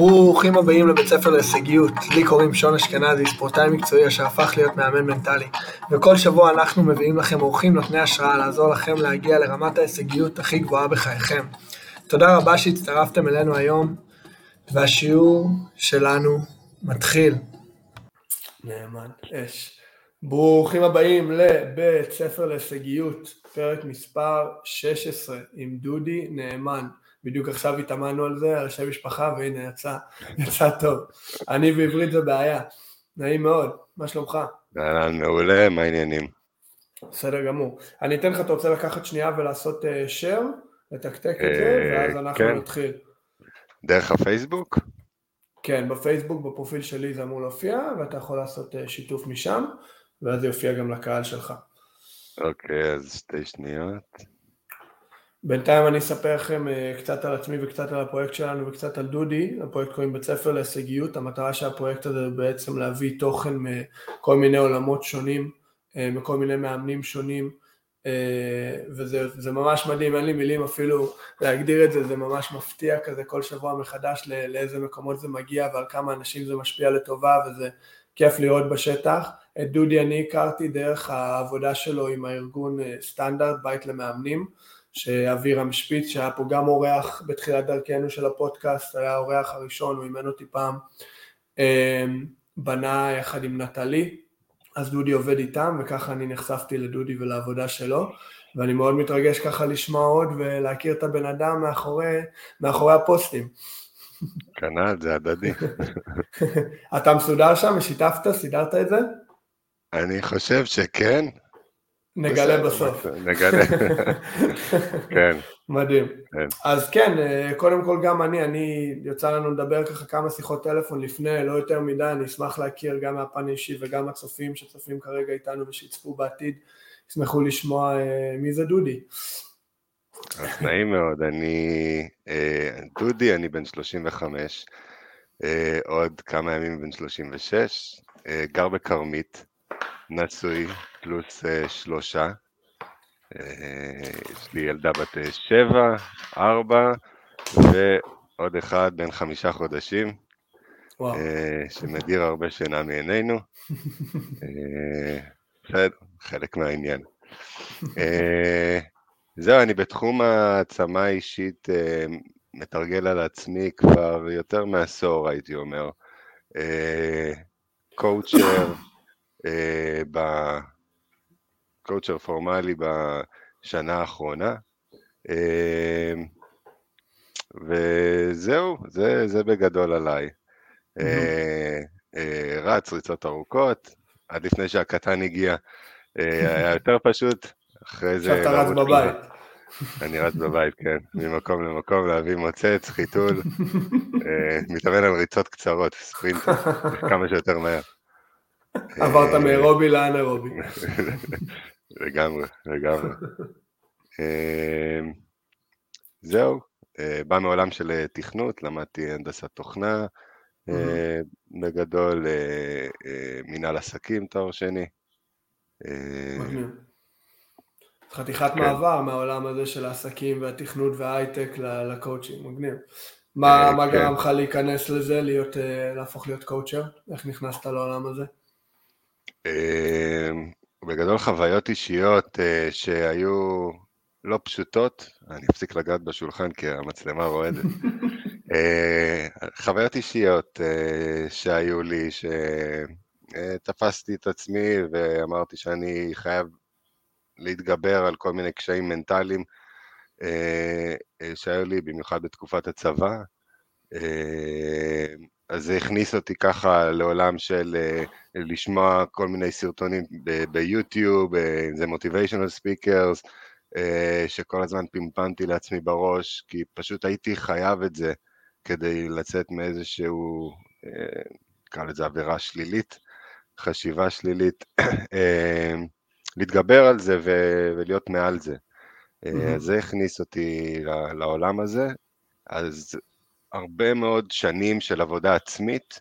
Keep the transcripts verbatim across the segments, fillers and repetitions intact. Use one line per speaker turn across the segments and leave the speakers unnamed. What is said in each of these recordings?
ברוכים הבאים לבית ספר להישגיות. לי קוראים שון אשכנזי, ספורטאי מקצועי אשר הפך להיות מאמן מנטלי. וכל שבוע אנחנו מביאים לכם אורחים נותני השראה לעזור לכם להגיע לרמת ההישגיות הכי גבוהה בחייכם. תודה רבה שהצטרפתם אלינו היום, והשיעור שלנו מתחיל. נאמן, אש. ברוכים הבאים לבית ספר להישגיות, פרק מספר שש עשרה עם דודי נאמן. בדיוק עכשיו התאמנו על זה, על השם משפחה, והנה יצא, יצא טוב. אני בעברית זה בעיה. נעים מאוד, מה שלומך?
מעולה, מה העניינים?
בסדר גמור. אני אתן לך, אתה רוצה לקחת שנייה ולעשות share, לתקתק את זה, ואז אנחנו נתחיל.
דרך הפייסבוק?
כן, בפייסבוק, בפרופיל שלי זה אמור להופיע, ואתה יכול לעשות שיתוף משם, ואז זה יופיע גם לקהל שלך.
אוקיי, אז שתי שניות.
בינתיים אני אספר לכם קצת על עצמי וקצת על הפרויקט שלנו וקצת על דודי. הפרויקט קוראים בית ספר להישגיות. המטרה של הפרויקט הזה בעצם להביא תוכן מכל מיני עולמות שונים, מכל מיני מאמנים שונים, וזה זה ממש מדהים, אין לי מילים אפילו להגדיר את זה, זה ממש מפתיע כזה כל שבוע מחדש לאיזה מקומות זה מגיע ועל כמה אנשים זה משפיע לטובה, וזה כיף לראות בשטח. את דודי אני הכרתי דרך העבודה שלו עם הארגון סטנדרט, בית למאמנים, שאבירם שפיץ, שהיה פה גם אורח בתחילת דרכנו של הפודקאסט, היה האורח הראשון, הוא אימן אותי פעם, בנה יחד עם נטלי, אז דודי עובד איתם, וככה אני נחשפתי לדודי ולעבודה שלו, ואני מאוד מתרגש ככה לשמוע עוד, ולהכיר את הבן אדם מאחורי, מאחורי הפוסטים.
כנ"ל, זה הדדי.
אתה מסודר שם, שיתפת, סידרת את זה?
אני חושב שכן.
נגלה בסוף.
נגלה. כן.
מדהים. אז כן, קודם כל גם אני, אני יוצא לנו לדבר ככה כמה שיחות טלפון לפני, לא יותר מדי, אני אשמח להכיר גם מהפן אישי וגם הצופים שצופים כרגע איתנו ושיצפו בעתיד, ישמחו לשמוע מי זה דודי.
אז נעים מאוד, אני דודי, אני בן שלושים וחמש, עוד כמה ימים בן שלושים ושש, גר בקרמית, נשוי פלוס שלושה, יש לי ילדה בת שבע, ארבע, ועוד אחד בן חמישה חודשים, וואו. שמדיר הרבה שינה מעינינו, חלק מהעניין. זהו, אני בתחום העצמה אישית מתרגל על עצמי כבר יותר מעשור, הייתי אומר, קואוצ'ר, בקואוצ'ר פורמלי בשנה האחרונה, וזהו, זה, זה בגדול עליי. רץ ריצות ארוכות, עד לפני שהקטן הגיע, היה יותר פשוט, אחרי זה...
עכשיו אתה רץ בבית.
אני רץ בבית, כן, ממקום למקום, להביא מוצץ, חיתול, מתאמן על ריצות קצרות, ספרינט, כמה שיותר מהר.
עברת מאירובי לאנאירובי.
לגמרי, לגמרי. זהו, בא מעולם של תכנות, למדתי הנדסת תוכנה, בגדול מנהל עסקים, תואר שני.
מגניב. חתיכת מעבר מהעולם הזה של העסקים והתכנות וההייטק לקואוצ'ינג, מגניב. מה גרם לך להיכנס לזה, להפוך להיות קואוצ'ר? איך נכנסת לעולם הזה?
בגדול חוויות אישיות שהיו לא פשוטות, אני אפסיק לגעת בשולחן כי המצלמה רועדת. חוויות אישיות שהיו לי, שתפסתי את עצמי ואמרתי שאני חייב להתגבר על כל מיני קשיים מנטליים שהיו לי, במיוחד בתקופת הצבא. אז זה הכניס אותי ככה לעולם של לשמוע כל מיני סרטונים ביוטיוב, זה motivational speakers, שכל הזמן פימפנתי לעצמי בראש, כי פשוט הייתי חייב את זה כדי לצאת מאיזשהו, קרא לזה עבירה שלילית, חשיבה שלילית, להתגבר על זה ולהיות מעל זה. אז זה הכניס אותי לעולם הזה, אז הרבה מאוד שנים של עבודה עצמית,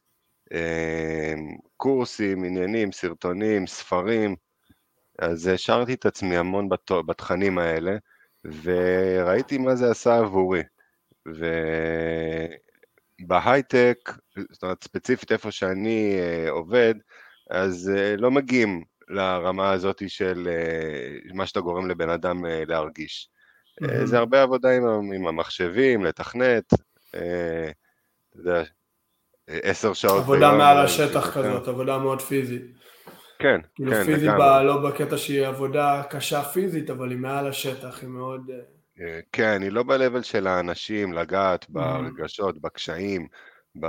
קורסים, עניינים, סרטונים, ספרים, אז השארתי את עצמי המון בתכנים האלה, וראיתי מה זה עשה עבורי, בהייטק, זאת אומרת, ספציפית איפה שאני עובד, אז לא מגיעים לרמה הזאת של מה שאתה גורם לבן אדם להרגיש. זה הרבה עבודה עם, עם המחשבים, לתכנת, אתה יודע, עשר שעות ביום.
עבודה מעל השטח כזאת, עבודה מאוד פיזית.
כן,
כאילו
כן,
פיזית
לגמרי.
לא בקטע שהיא עבודה קשה פיזית, אבל היא מעל השטח, היא מאוד...
כן, היא לא ב-level של האנשים, לגעת ברגשות, בקשיים, ב...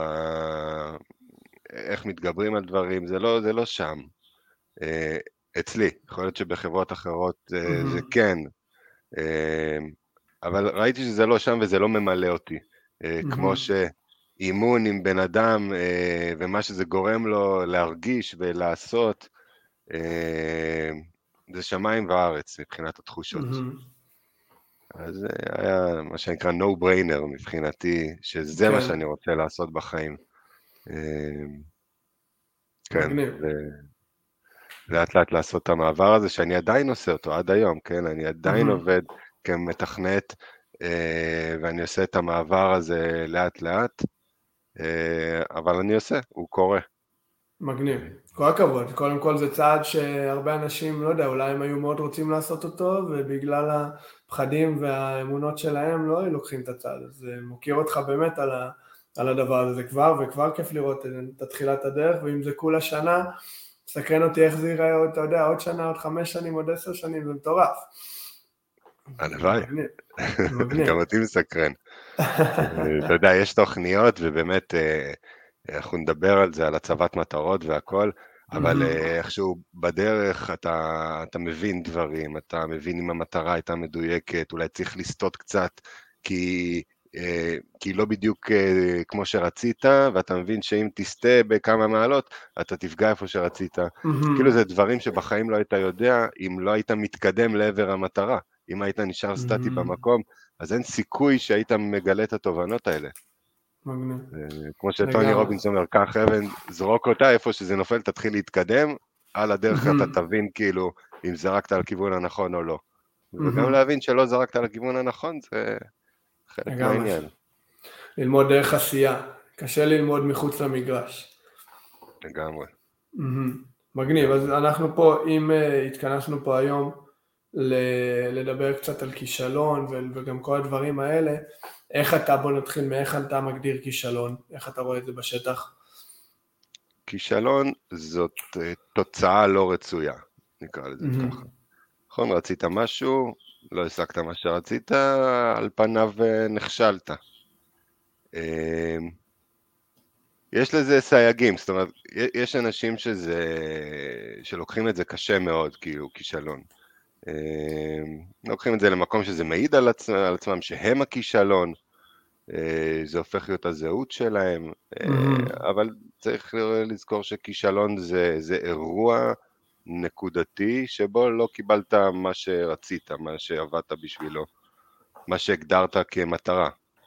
איך מתגברים על דברים, זה לא, זה לא שם. אצלי, יכול להיות שבחברות אחרות זה כן, אבל ראיתי שזה לא שם וזה לא ממלא אותי, כמו שאימון עם בן אדם ומה שזה גורם לו להרגיש ולעשות, זה שמיים וארץ מבחינת התחושות. אז זה היה מה שנקרא no brainer מבחינתי, שזה מה שאני רוצה לעשות בחיים. כן, ולאט לאט לעשות את המעבר הזה, שאני עדיין עושה אותו עד היום, כן, אני עדיין עובד כמתכנת, ואני עושה את המעבר הזה לאט לאט, אבל אני עושה, הוא קורה.
מגניב, כל הכבוד, קודם כל זה צעד שהרבה אנשים, לא יודע, אולי הם היו מאוד רוצים לעשות אותו, ובגלל הפחדים והאמונות שלהם לא היו לוקחים את הצעד, אז מוקיר אותך באמת על, ה, על הדבר הזה, זה כבר, וכבר כיף לראות את תחילת הדרך, ואם זה כולה שנה, סקרן אותי איך זה ייראה, אתה יודע, עוד שנה, עוד חמש שנים, עוד עשר שנים, זה מטורף.
הלוואי, גם אותי מסקרן. אתה יודע, יש תוכניות, ובאמת, אנחנו נדבר על זה, על הצבת מטרות והכל, אבל איכשהו בדרך אתה, אתה מבין דברים, אתה מבין אם המטרה הייתה מדויקת, אולי צריך לסטות קצת, כי, כי לא בדיוק כמו שרצית, ואתה מבין שאם תסתה בכמה מעלות, אתה תפגע איפה שרצית. כאילו זה דברים שבחיים לא היית יודע, אם לא היית מתקדם לעבר המטרה. אם היית נשאר סטטי במקום, אז אין סיכוי שהיית מגלה את התובנות האלה. כמו שטוני רובינס אומר, קח אבן, זרוק אותה, איפה שזה נופל, תתחיל להתקדם, על הדרך אתה תבין כאילו, אם זרקת על כיוון הנכון או לא. וגם להבין שלא זרקת על הכיוון הנכון, זה חלק מהעניין.
ללמוד דרך עשייה, קשה ללמוד מחוץ למגרש.
לגמרי.
מגניב, אז אנחנו פה, אם התכנסנו פה היום, לדבר קצת על כישלון וגם כל הדברים האלה, איך אתה, בוא נתחיל מאיך אתה מגדיר כישלון, איך אתה רואה את זה בשטח?
כישלון זאת תוצאה לא רצויה, נקרא לזה ככה. נכון, רצית משהו, לא השגת מה שרצית, על פניו נכשלת. יש לזה סייגים, זאת אומרת, יש אנשים שזה, שלוקחים את זה קשה מאוד, כאילו, כישלון. לוקחים את זה למקום שזה מעיד על, עצמם, על עצמם שהם הכישלון, זה הופך להיות הזהות שלהם, אבל צריך לזכור שכישלון זה, זה אירוע נקודתי שבו לא קיבלת מה שרצית, מה שעבדת בשבילו, מה שהגדרת כמטרה.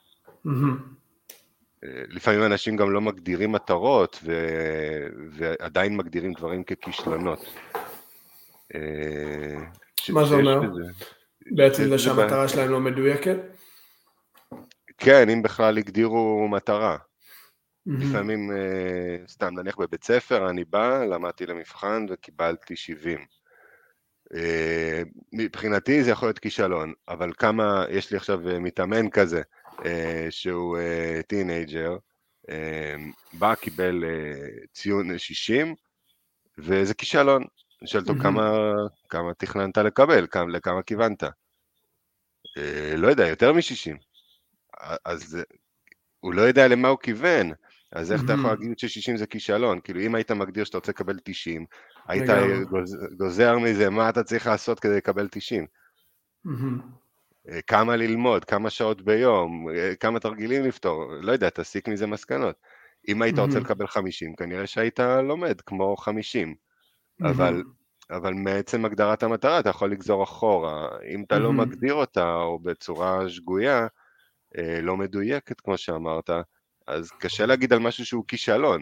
לפעמים אנשים גם לא מגדירים מטרות ו... ועדיין מגדירים דברים ככישלונות.
מה זה אומר? בעצם זה שהמטרה שלהם לא מדויקת?
כן, אם בכלל הגדירו מטרה. לפעמים, סתם נניח בבית ספר, אני בא, למדתי למבחן וקיבלתי שבעים. מבחינתי זה יכול להיות כישלון, אבל כמה, יש לי עכשיו מתאמן כזה, שהוא טינאג'ר, בא, קיבל ציון שישים, וזה כישלון. שאל אותו כמה, כמה תכננת לקבל, כמה, לכמה כיוונת. לא יודע, יותר מ-שישים. אז הוא לא יודע למה הוא כיוון, אז איך אתה יכול להגיד ש-שישים זה כישלון? כאילו אם היית מגדיר שאתה רוצה לקבל תשעים, היית גוזר מזה מה אתה צריך לעשות כדי לקבל תשעים. כמה ללמוד, כמה שעות ביום, כמה תרגילים לפתור, לא יודע, תסיק מזה מסקנות. אם היית רוצה לקבל חמישים, כנראה שהיית לומד כמו חמישים, אבל, אבל מעצם הגדרת המטרה אתה יכול לגזור אחורה, אם אתה לא מגדיר אותה או בצורה שגויה, לא מדויקת כמו שאמרת, אז קשה להגיד על משהו שהוא כישלון,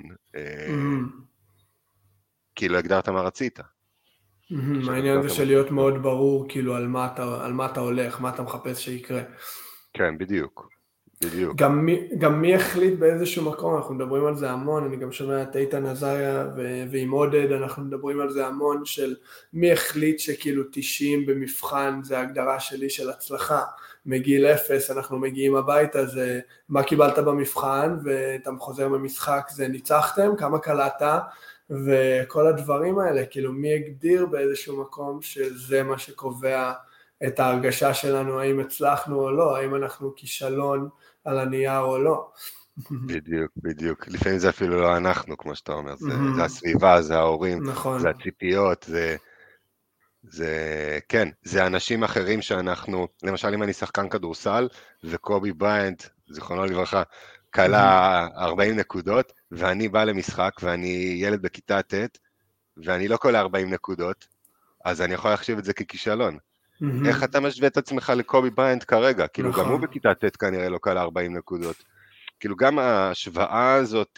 כי לא הגדרת מה רצית.
העניין זה של להיות מאוד ברור כאילו על מה אתה, על מה אתה הולך, מה אתה מחפש שיקרה.
כן, בדיוק, בדיוק.
גם מי, גם מי החליט באיזשהו מקום, אנחנו מדברים על זה המון, אני גם שומע את איתן עזריה ו- ועם עודד, אנחנו מדברים על זה המון של מי החליט שכאילו תשעים במבחן זה ההגדרה שלי של הצלחה, מגיל אפס אנחנו מגיעים הביתה, זה מה קיבלת במבחן ואתה חוזר במשחק זה ניצחתם, כמה קלעת וכל הדברים האלה, כאילו מי הגדיר באיזשהו מקום שזה מה שקובע את ההרגשה שלנו, האם הצלחנו או לא, האם אנחנו כישלון על הנייר או לא.
בדיוק, בדיוק. לפעמים זה אפילו לא אנחנו, כמו שאתה אומר, זה, זה הסביבה, זה ההורים,
נכון.
זה הציפיות, זה, זה, כן, זה אנשים אחרים שאנחנו, למשל אם אני שחקן כדורסל, וקובי בריינט, זיכרונו לברכה, קלה ארבעים נקודות, ואני בא למשחק, ואני ילד בכיתה ט', ואני לא קולה ארבעים נקודות, אז אני יכול להחשיב את זה ככישלון. איך אתה משווה את עצמך לקובי בריינט כרגע? כאילו גם הוא בכיתה ט' כנראה לא קלה ארבעים נקודות. כאילו גם ההשוואה הזאת,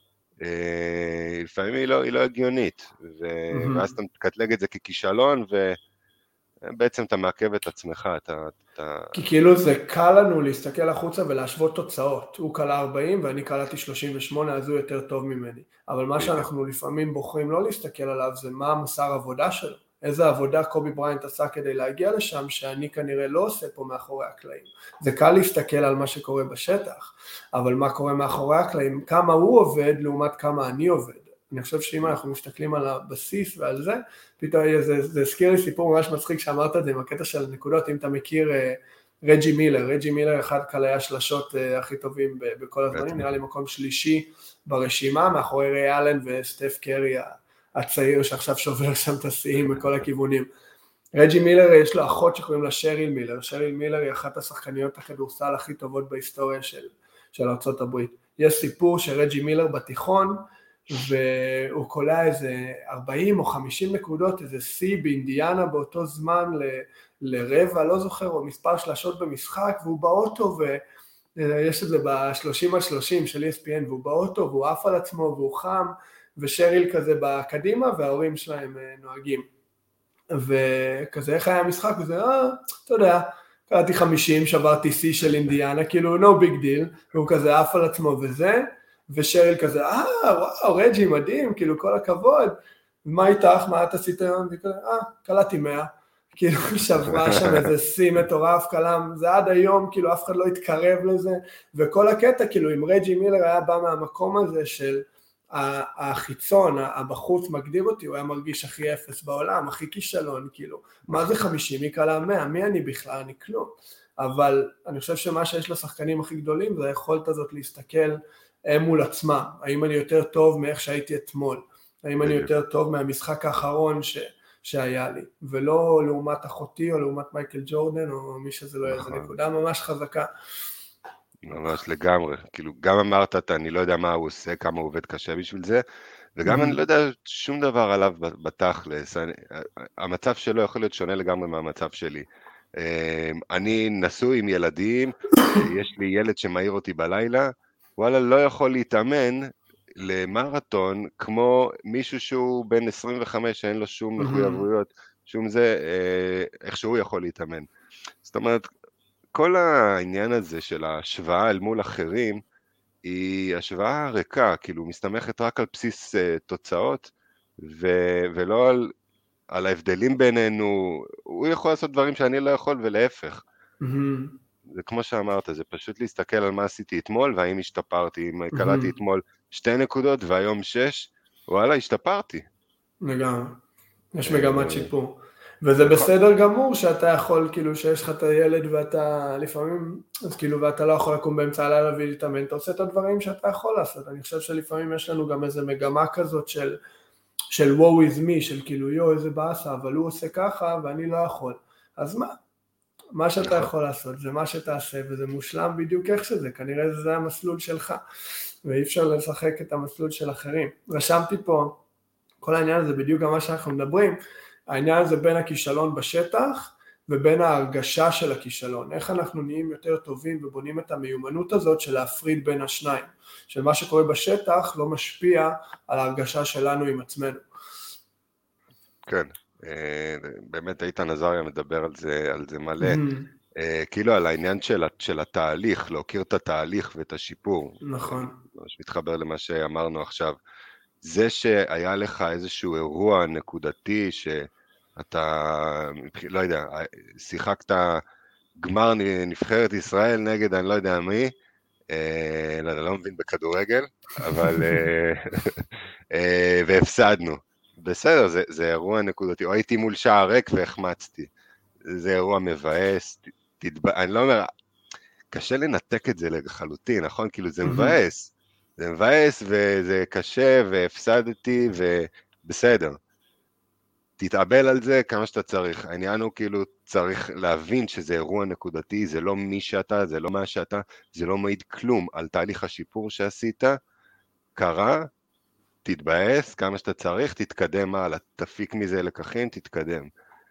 לפעמים היא לא, היא לא הגיונית, ואז אתה מתקטלג את זה ככישלון, ובעצם אתה מעכב את עצמך. אתה, אתה...
כי כאילו זה קל לנו להסתכל החוצה ולהשוות תוצאות. הוא קלה ארבעים ואני קלעתי שלושים ושמונה, אז הוא יותר טוב ממני. אבל מה שאנחנו לפעמים בוחרים לא להסתכל עליו, זה מה המסר עבודה שלו. איזה עבודה קובי בריינט עשה כדי להגיע לשם, שאני כנראה לא עושה פה מאחורי הקלעים. זה קל להסתכל על מה שקורה בשטח, אבל מה קורה מאחורי הקלעים, כמה הוא עובד לעומת כמה אני עובד. אני חושב שאם אנחנו מסתכלים על הבסיס ועל זה, פתאום זה, זה הזכיר לי סיפור ממש מצחיק שאמרת את זה עם הקטע של הנקודות, אם אתה מכיר רג'י מילר, רג'י מילר אחד קלעי השלשות הכי טובים בכל הזמנים, נראה לי מקום שלישי ברשימה, מאחורי ריי אלן וסטף קרי הצעיר שעכשיו שובר שם את השיאים בכל הכיוונים. רג'י מילר יש לו אחות שקוראים לה שריל מילר, שריל מילר היא אחת השחקניות הכדורסל הכי טובות בהיסטוריה של, של ארצות הברית. יש סיפור שרג'י מילר בתיכון, והוא קולע איזה ארבעים או חמישים נקודות, איזה סי באינדיאנה באותו זמן ל, לרבע, לא זוכר, או מספר שלשות במשחק, והוא באוטו, ויש את זה ב-שלושים על שלושים של אי אס פי אן, והוא באוטו, והוא עף על עצמו, והוא חם, ושריל כזה בקדימה, וההורים שלהם נוהגים. וכזה, איך היה המשחק? וזה, אה, אתה יודע, קראתי חמישים, שברתי סי של אינדיאנה, כאילו, no big deal, והוא כזה עף על עצמו וזה, ושריל כזה, אה, וואו, רג'י, מדהים, כאילו, כל הכבוד, מה איתך, מה את עשית היום? וכזה, אה, קלעתי מאה, כאילו, שברה שם איזה סי מטורף, קלם, זה עד היום, כאילו, אף אחד לא התקרב לזה, וכל הקטע, כאילו, אם רג'י מילר היה בא מהמקום הזה של החיצון, הבחוץ מגדיר אותי, הוא היה מרגיש הכי אפס בעולם, הכי כישלון, כאילו, מה זה חמישים, מי קלע מאה, מי אני בכלל, אני כלום, אבל אני חושב שמה שיש לשחקנים הכי גדולים, זה היכולת הזאת להסתכל הם מול עצמם, האם אני יותר טוב מאיך שהייתי אתמול, האם אני יותר טוב מהמשחק האחרון ש, שהיה לי, ולא לעומת אחותי או לעומת מייקל ג'ורדן או מי שזה לא יהיה, זו נקודה ממש חזקה.
ממש לגמרי, כאילו גם אמרת, אני לא יודע מה הוא עושה, כמה הוא עובד קשה בשביל זה, וגם אני לא יודע שום דבר עליו בתכלס, המצב שלו יכול להיות שונה לגמרי מהמצב שלי. אני נשוי עם ילדים, יש לי ילד שמעיר אותי בלילה, וואלה, לא יכול להתאמן למרתון כמו מישהו שהוא בן עשרים וחמש, שאין לו שום מחויבויות, שום זה, איך שהוא יכול להתאמן. זאת אומרת, כל העניין הזה של ההשוואה אל מול אחרים, היא השוואה ריקה, כאילו מסתמכת רק על בסיס uh, תוצאות, ו- ולא על, על ההבדלים בינינו, הוא יכול לעשות דברים שאני לא יכול ולהפך. Mm-hmm. זה כמו שאמרת, זה פשוט להסתכל על מה עשיתי אתמול, והאם השתפרתי, אם mm-hmm. קלעתי אתמול שתי נקודות והיום שש, וואלה, השתפרתי.
לגמרי, יש מגמת שיפור. וזה בסדר גמור שאתה יכול, כאילו, שיש לך את הילד ואתה לפעמים, אז כאילו, ואתה לא יכול לקום באמצע הלילה ולהתאמן, אתה עושה את הדברים שאתה יכול לעשות. אני חושב שלפעמים יש לנו גם איזו מגמה כזאת של, של woe is me, של כאילו, יו, איזה באסה, אבל הוא עושה ככה ואני לא יכול. אז מה? מה שאתה יכול לעשות, זה מה שתעשה, וזה מושלם בדיוק איך שזה, כנראה זה המסלול שלך, ואי אפשר לשחק את המסלול של אחרים. רשמתי פה, כל העניין הזה בדיוק גם מה שאנחנו מדברים, העניין הזה בין הכישלון בשטח ובין ההרגשה של הכישלון, איך אנחנו נהיים יותר טובים ובונים את המיומנות הזאת של להפריד בין השניים, של מה שקורה בשטח לא משפיע על ההרגשה שלנו עם עצמנו.
כן, באמת איתן עזריה מדבר על זה, על זה מלא, כאילו על העניין של, של התהליך, להכיר את התהליך ואת השיפור.
נכון.
ממש מתחבר למה שאמרנו עכשיו. זה שהיה לך איזשהו אירוע נקודתי שאתה, לא יודע, שיחקת גמר נבחרת ישראל נגד אני לא יודע מי, לא, לא מבין בכדורגל, אבל והפסדנו. בסדר, זה, זה אירוע נקודתי, או הייתי מול שער ריק והחמצתי. זה אירוע מבאס, תתבא, אני לא אומר, קשה לנתק את זה לחלוטין, נכון? כאילו זה מבאס, זה מבאס וזה קשה והפסדתי ובסדר. תתאבל על זה כמה שאתה צריך, העניין הוא כאילו צריך להבין שזה אירוע נקודתי, זה לא מי שאתה, זה לא מה שאתה, זה לא מעיד כלום על תהליך השיפור שעשית, קרה, תתבאס כמה שאתה צריך, תתקדם הלאה, תפיק מזה לקחים, תתקדם.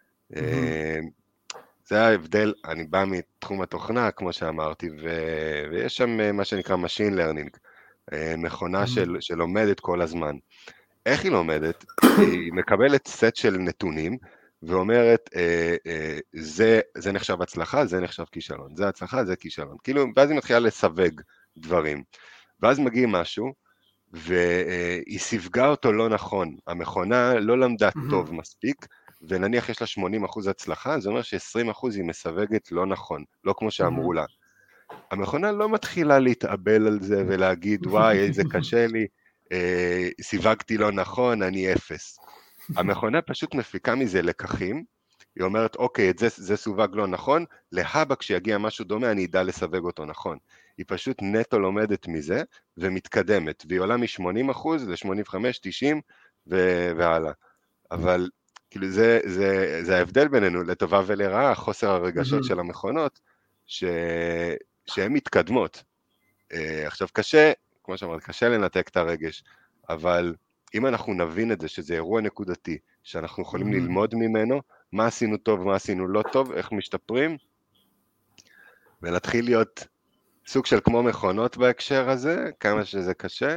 זה ההבדל, אני בא מתחום התוכנה, כמו שאמרתי, ו- ויש שם מה שנקרא Machine Learning, מכונה של, שלומדת כל הזמן. איך היא לומדת? היא מקבלת סט של נתונים, ואומרת, אה, אה, זה, זה נחשב הצלחה, זה נחשב כישלון, זה הצלחה, זה כישלון. כאילו, ואז היא מתחילה לסווג דברים. ואז מגיע משהו, והיא סיווגה אותו לא נכון. המכונה לא למדה טוב מספיק, ונניח יש לה שמונים אחוז הצלחה, זה אומר ש-עשרים אחוז היא מסווגת לא נכון, לא כמו שאמרו לה. המכונה לא מתחילה להתאבל על זה ולהגיד, וואי, איזה קשה לי, אה, סיווגתי לא נכון, אני אפס. המכונה פשוט מפיקה מזה לקחים, היא אומרת, אוקיי, את זה, זה סווג לא נכון, להבא כשיגיע משהו דומה, אני אדע לסווג אותו נכון. היא פשוט נטו לומדת מזה, ומתקדמת, והיא עולה מ-שמונים אחוז ל-שמונים וחמש, תשעים, והלאה. אבל, כאילו, זה, זה, זה ההבדל בינינו, לטובה ולרעה, חוסר הרגשות של המכונות, ש... שהן מתקדמות. עכשיו, קשה, כמו שאמרת, קשה לנתק את הרגש, אבל אם אנחנו נבין את זה, שזה אירוע נקודתי, שאנחנו יכולים ללמוד ממנו, מה עשינו טוב, מה עשינו לא טוב, איך משתפרים, ולהתחיל להיות סוג של כמו מכונות בהקשר הזה, כמה שזה קשה,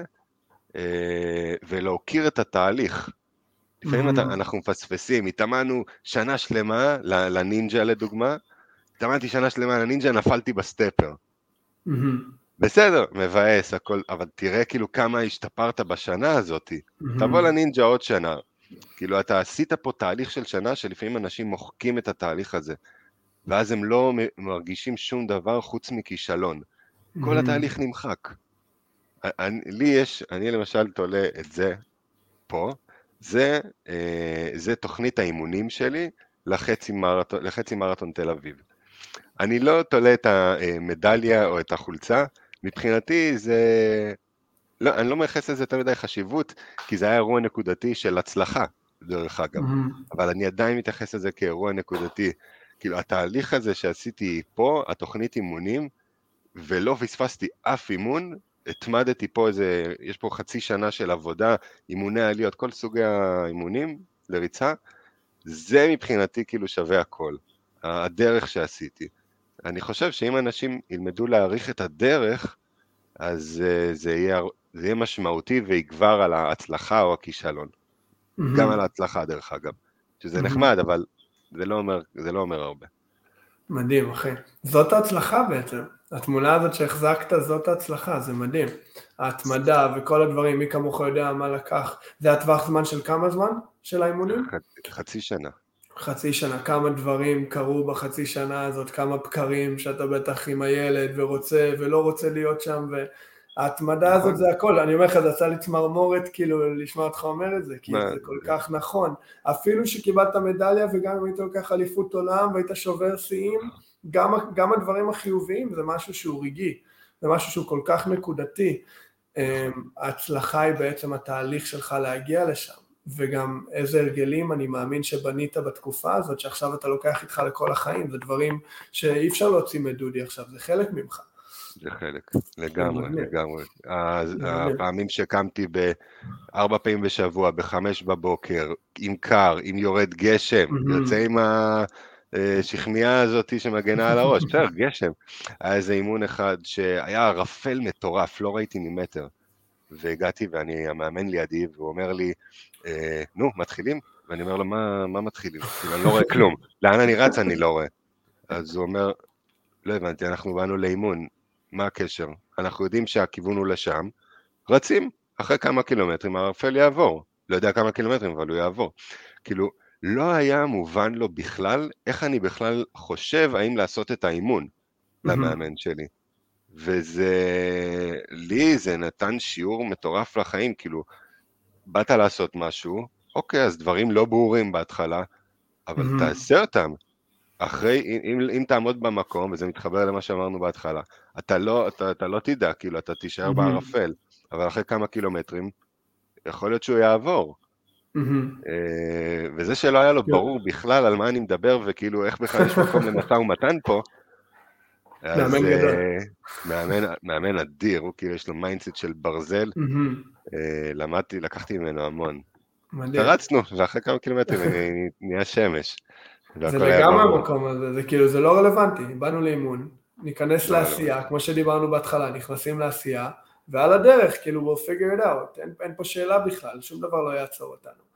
ולהוקיר את התהליך. לפעמים אנחנו מפספסים, התאמנו שנה שלמה לנינג'ה לדוגמה, התאמנתי שנה שלמה לנינג'ה, נפלתי בסטפר. בסדר, מבאס, הכל, אבל תראה כאילו כמה השתפרת בשנה הזאת, תבוא לנינג'ה עוד שנה, כאילו אתה עשית פה תהליך של שנה שלפעמים אנשים מוחקים את התהליך הזה, ואז הם לא מרגישים שום דבר חוץ מכישלון, כל התהליך נמחק. אני, לי יש, אני למשל תולה את זה פה, זה, זה תוכנית האימונים שלי לחצי מרתון, לחצי מרתון תל אביב. אני לא תולה את המדליה או את החולצה, מבחינתי זה, לא, אני לא מייחס לזה יותר מדי חשיבות, כי זה היה אירוע נקודתי של הצלחה, דרך אגב, אבל אני עדיין מתייחס לזה כאירוע נקודתי, כאילו התהליך הזה שעשיתי פה, התוכנית אימונים, ולא פספסתי אף אימון, התמדתי פה איזה, יש פה חצי שנה של עבודה, אימוני עליות, כל סוגי האימונים לריצה, זה מבחינתי כאילו שווה הכל, הדרך שעשיתי. אני חושב שאם אנשים ילמדו להעריך את הדרך, אז uh, זה, יהיה, זה יהיה משמעותי ויגבר על ההצלחה או הכישלון. Mm-hmm. גם על ההצלחה דרך אגב, שזה mm-hmm. נחמד, אבל זה לא אומר, זה לא אומר הרבה.
מדהים, אחי. זאת ההצלחה בעצם. התמונה הזאת שהחזקת, זאת ההצלחה, זה מדהים. ההתמדה וכל הדברים, מי כמוך יודע מה לקח. זה הטווח זמן של כמה זמן של האימונים?
ח, חצי שנה.
חצי שנה, כמה דברים קרו בחצי שנה הזאת, כמה בקרים שאתה בטח עם הילד ורוצה ולא רוצה להיות שם, וההתמדה הזאת זה הכל. אני אומר לך, זה עשה לי צמרמורת כאילו לשמוע אותך אומר את זה, כי זה כל כך נכון. אפילו שקיבלת מדליה וגם אם היית לוקח אליפות עולם והיית שובר שיאים, גם, גם הדברים החיוביים זה משהו שהוא רגעי, זה משהו שהוא כל כך נקודתי. ההצלחה היא בעצם התהליך שלך להגיע לשם. וגם איזה הרגלים אני מאמין שבנית בתקופה הזאת, שעכשיו אתה לוקח איתך לכל החיים, זה דברים שאי אפשר להוציא מדודי עכשיו, זה חלק ממך.
זה חלק, לגמרי, לגמרי. הפעמים שקמתי בארבע פעמים בשבוע, בחמש בבוקר, עם קר, עם יורד גשם, יוצא עם השכמיה הזאת שמגנה על הראש, בסדר, גשם. היה איזה אימון אחד שהיה רפל מטורף, לא ראיתי ממטר. והגעתי ואני המאמן לידי, והוא אומר לי, נו, מתחילים? ואני אומר לו, מה, מה מתחילים? אני לא רואה כלום. לאן אני רץ? אני לא רואה. אז הוא אומר, לא הבנתי, אנחנו באנו לאימון, מה הקשר? אנחנו יודעים שהכיוון הוא לשם, רצים, אחרי כמה קילומטרים הערפל יעבור, לא יודע כמה קילומטרים, אבל הוא יעבור. כאילו, לא היה מובן לו בכלל, איך אני בכלל חושב האם לעשות את האימון למאמן שלי. וזה, לי זה נתן שיעור מטורף לחיים, כאילו, באת לעשות משהו, אוקיי, אז דברים לא ברורים בהתחלה, אבל תעשה אותם. אחרי, אם, אם תעמוד במקום, וזה מתחבר למה שאמרנו בהתחלה, אתה לא, אתה, אתה לא תדע, כאילו, אתה תישאר בערפל, אבל אחרי כמה קילומטרים, יכול להיות שהוא יעבור. וזה שלא היה לו ברור בכלל על מה אני מדבר, וכאילו, איך בכלל יש מקום למשא ומתן פה, אז
מאמן גדול.
מאמן, מאמן אדיר, הוא כאילו יש לו מיינדסט של ברזל, למדתי, לקחתי ממנו המון. ורצנו, ואחרי כמה קילומטרים נהיה שמש.
זה לגמרי המקום הזה, זה כאילו, זה לא רלוונטי, באנו לאימון, ניכנס לעשייה, כמו שדיברנו בהתחלה, נכנסים לעשייה, ועל הדרך, כאילו, we'll figure it out, אין, אין פה שאלה בכלל, שום דבר לא יעצור אותנו.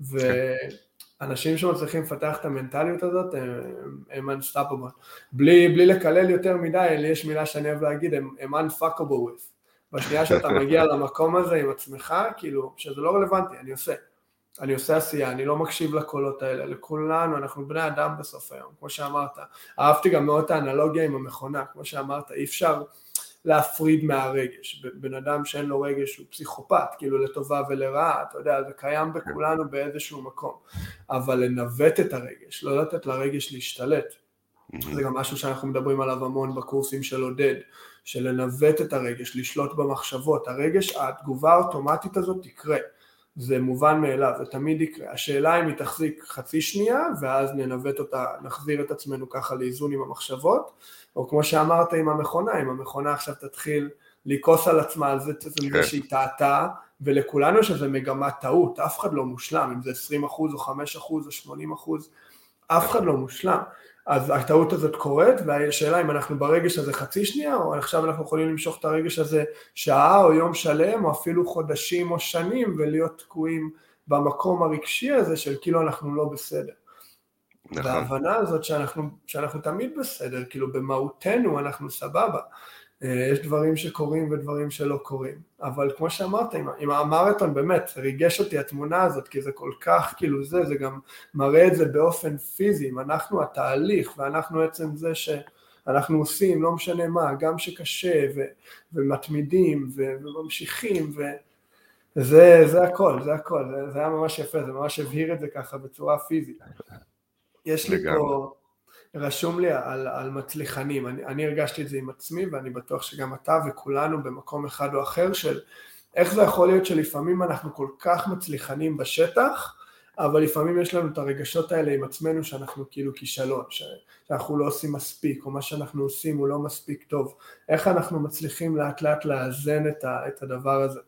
ואנשים שמצליחים לפתח את המנטליות הזאת, הם, הם unstoppable. בלי, בלי לקלל יותר מדי, לי יש מילה שאני אוהב להגיד, הם, הם unfuckable with. בשנייה שאתה מגיע למקום הזה עם עצמך, כאילו, שזה לא רלוונטי, אני עושה. אני עושה עשייה, אני לא מקשיב לקולות האלה, לכולנו, אנחנו בני אדם בסוף היום, כמו שאמרת. אהבתי גם מאוד את האנלוגיה עם המכונה, כמו שאמרת, אי אפשר להפריד מהרגש. בן אדם שאין לו רגש הוא פסיכופת, כאילו לטובה ולרעה, אתה יודע, זה קיים בכולנו באיזשהו מקום. אבל לנווט את הרגש, לא לתת לרגש להשתלט. זה גם משהו שאנחנו מדברים עליו המון בקורסים של עודד, של לנווט את הרגש, לשלוט במחשבות. הרגש, התגובה האוטומטית הזאת תקרה. זה מובן מאליו, זה תמיד יקרה. השאלה אם היא תחזיק חצי שנייה, ואז ננווט אותה, נחזיר את עצמנו ככה לאיזון עם המחשבות, או כמו שאמרת עם המכונה, אם המכונה עכשיו תתחיל להיכוס על עצמה על זה, זה שהיא טעתה, ולכולנו יש איזה מגמת טעות, אף אחד לא מושלם, אם זה עשרים אחוז או חמישה אחוז או שמונים אחוז, אף אחד לא מושלם. אז הטעות הזאת קורית, והשאלה אם אנחנו ברגש הזה חצי שנייה, או עכשיו אנחנו יכולים למשוך את הרגש הזה שעה או יום שלם, או אפילו חודשים או שנים, ולהיות תקועים במקום הרגשי הזה של כאילו אנחנו לא בסדר. נכון. וההבנה הזאת שאנחנו, שאנחנו תמיד בסדר, כאילו במהותנו אנחנו סבבה. יש דברים שקורים ודברים שלא קורים. אבל כמו שאמרת, עם, עם המרתון באמת, ריגש אותי התמונה הזאת, כי זה כל כך כאילו זה, זה גם מראה את זה באופן פיזי, אם אנחנו התהליך, ואנחנו עצם זה שאנחנו עושים, לא משנה מה, גם שקשה, ו, ומתמידים, ו, וממשיכים, וזה זה הכל, זה הכל, זה, זה היה ממש יפה, זה ממש הבהיר את זה ככה בצורה פיזית. יש לי לגמרי. פה... רשום לי על, על מצליחנים, אני, אני הרגשתי את זה עם עצמי, ואני בטוח שגם אתה וכולנו במקום אחד או אחר, של איך זה יכול להיות שלפעמים אנחנו כל כך מצליחנים בשטח, אבל לפעמים יש לנו את הרגשות האלה עם עצמנו, שאנחנו כאילו כישלון, שאנחנו לא עושים מספיק, או מה שאנחנו עושים הוא לא מספיק טוב. איך אנחנו מצליחים לאט לאט לאזן את, ה, את הדבר הזה?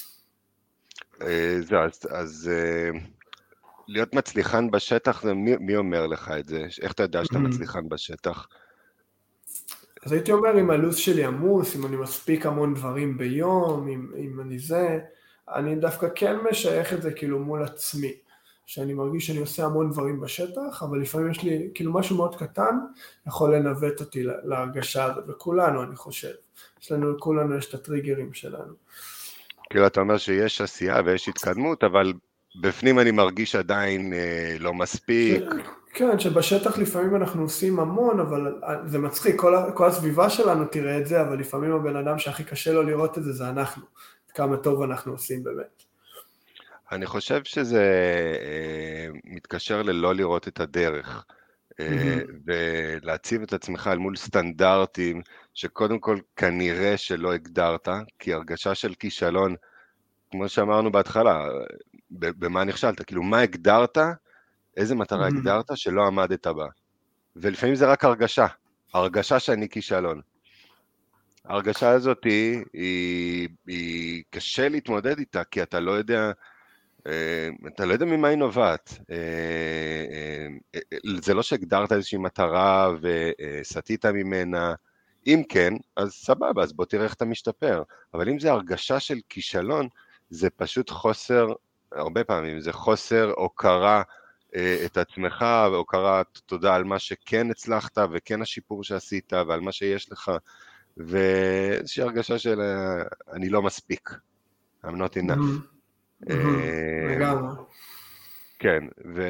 זה, אז... אז... להיות מצליחן בשטח, מי, מי אומר לך את זה? איך אתה יודע שאתה מצליחן בשטח?
אז הייתי אומר, אם הלו"ז שלי עמוס, אם אני מספיק המון דברים ביום, אם, אם אני זה, אני דווקא כן משייך את זה כאילו מול עצמי, שאני מרגיש שאני עושה המון דברים בשטח, אבל לפעמים יש לי כאילו משהו מאוד קטן, יכול לנווט אותי להרגשה הזאת, וכולנו אני חושב, יש לנו, כולנו יש את הטריגרים שלנו.
כאילו אתה אומר שיש עשייה ויש התקדמות, אבל... בפנים אני מרגיש עדיין אה, לא מספיק.
כן, שבשטח לפעמים אנחנו עושים המון, אבל זה מצחיק, כל, כל הסביבה שלנו תראה את זה, אבל לפעמים הבן אדם שהכי קשה לו לראות את זה, זה אנחנו. כמה טוב אנחנו עושים באמת.
אני חושב שזה אה, מתקשר ללא לראות את הדרך, אה, ולהציב את עצמך על מול סטנדרטים, שקודם כל כנראה שלא הגדרת, כי הרגשה של כישלון, כמו שאמרנו בהתחלה, במה נכשלת, כאילו מה הגדרת, איזה מטרה הגדרת שלא עמדת בה, ולפעמים זה רק הרגשה, הרגשה שאני כישלון. ההרגשה הזאת היא, היא, היא קשה להתמודד איתה, כי אתה לא יודע, אתה לא יודע ממה היא נובעת. זה לא שהגדרת איזושהי מטרה וסתית ממנה, אם כן, אז סבבה, אז בוא תראה איך אתה משתפר, אבל אם זה הרגשה של כישלון, זה פשוט חוסר, הרבה פעמים, זה חוסר הוקרה את עצמך, והוקרת תודה על מה שכן הצלחת, וכן השיפור שעשית, ועל מה שיש לך, ואיזושהי הרגשה של אני לא מספיק, I'm not enough.
לגמרי.
כן,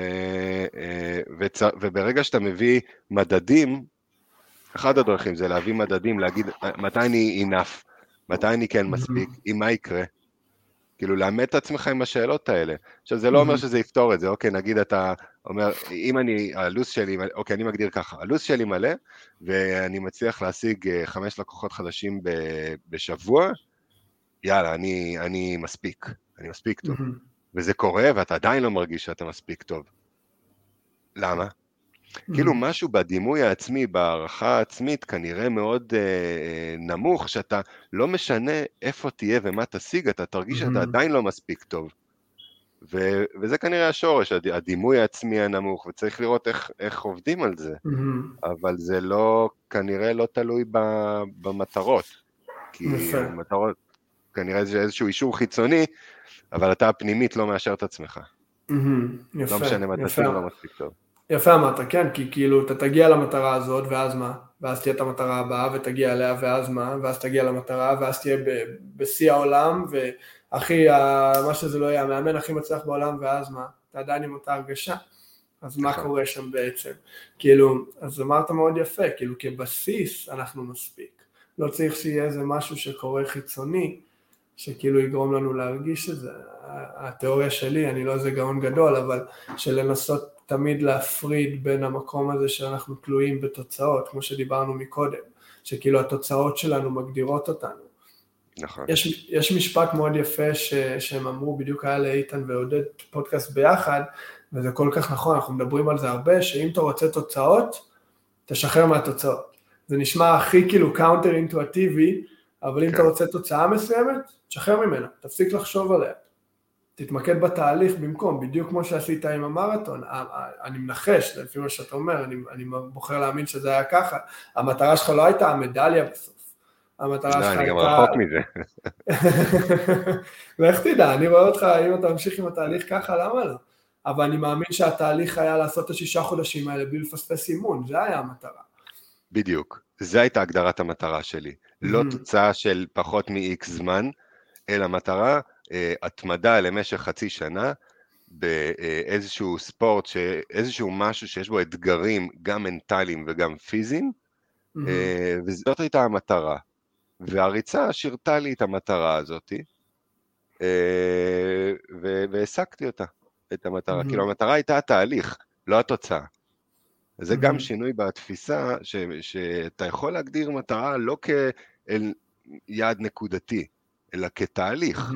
וברגע שאתה מביא מדדים, אחד הדרכים זה להביא מדדים, להגיד מתי אני enough, מתי אני כן מספיק, עם מה יקרה, כאילו לאמת את עצמך עם השאלות האלה. עכשיו זה לא אומר שזה יפתור את זה, אוקיי, נגיד אתה אומר, אם אני, הלו"ז שלי, אוקיי, אני מגדיר ככה, הלו"ז שלי מלא, ואני מצליח להשיג חמש לקוחות חדשים בשבוע, יאללה, אני, אני מספיק, אני מספיק טוב. וזה קורה, ואתה עדיין לא מרגיש שאתה מספיק טוב. למה? כאילו משהו בדימוי העצמי, בהערכה העצמית, כנראה מאוד אה, נמוך, שאתה לא משנה איפה תהיה ומה תשיג, אתה תרגיש שאתה עדיין לא מספיק טוב. ו- וזה כנראה השורש, הד- הדימוי העצמי הנמוך, וצריך לראות איך, איך עובדים על זה. אבל זה לא, כנראה לא תלוי ב- במטרות. כי המטרות, כנראה זה איזשהו אישור חיצוני, אבל אתה הפנימית לא מאשר את עצמך.
יפה,
לא משנה מה תשיג, לא מספיק טוב.
יפה אמרת, כן, כי כאילו אתה תגיע למטרה הזאת, ואז מה? ואז תהיה את המטרה הבאה, ותגיע אליה, ואז מה? ואז תגיע למטרה, ואז תהיה בשיא העולם, ואחי, מה שזה לא יהיה, המאמן הכי מצליח בעולם, ואז מה? אתה עדיין עם אותה הרגשה, אז מה קורה שם בעצם? כאילו, אז אמרת מאוד יפה, כאילו כבסיס אנחנו מספיק. לא צריך שיהיה איזה משהו שקורה חיצוני, שכאילו יגרום לנו להרגיש את זה. התיאוריה שלי, אני לא איזה גאון גדול, אבל של לנסות תמיד להפריד בין המקום הזה שאנחנו תלויים בתוצאות, כמו שדיברנו מקודם, שכאילו התוצאות שלנו מגדירות אותנו.
נכון.
יש, יש משפט מאוד יפה ש, שהם אמרו, בדיוק היה לאיתן ועודד פודקאסט ביחד, וזה כל כך נכון, אנחנו מדברים על זה הרבה, שאם אתה רוצה תוצאות, תשחרר מהתוצאות. זה נשמע הכי כאילו קאונטר אינטואיטיבי, אבל אם אתה רוצה תוצאה מסוימת, תשחרר ממנה, תפסיק לחשוב עליה. תתמקד בתהליך במקום, בדיוק כמו שעשית עם המרתון. אני מנחש, לפי מה שאתה אומר, אני, אני בוחר להאמין שזה היה ככה. המטרה שלך לא הייתה המדליה בסוף. המטרה שלך הייתה...
אני גם רחוק מזה.
ואיך תדע, אני רואה אותך, אם אתה ממשיך עם התהליך ככה, למה לא? אבל אני מאמין שהתהליך היה לעשות את השישה חודשים האלה בלי לפספס אימון, זה היה המטרה.
בדיוק, זו הייתה הגדרת המטרה שלי. לא תוצאה של פחות מ-X זמן, אלא מטרה, התמדה למשך חצי שנה, באיזשהו ספורט, איזשהו משהו שיש בו אתגרים גם מנטליים וגם פיזיים, וזאת הייתה המטרה. והריצה שירתה לי את המטרה הזאת, והעסקתי אותה, את המטרה. כאילו המטרה הייתה התהליך, לא התוצאה. זה גם שינוי בתפיסה, ש, שאתה יכול להגדיר מטרה לא כיעד נקודתי, אלא כתהליך.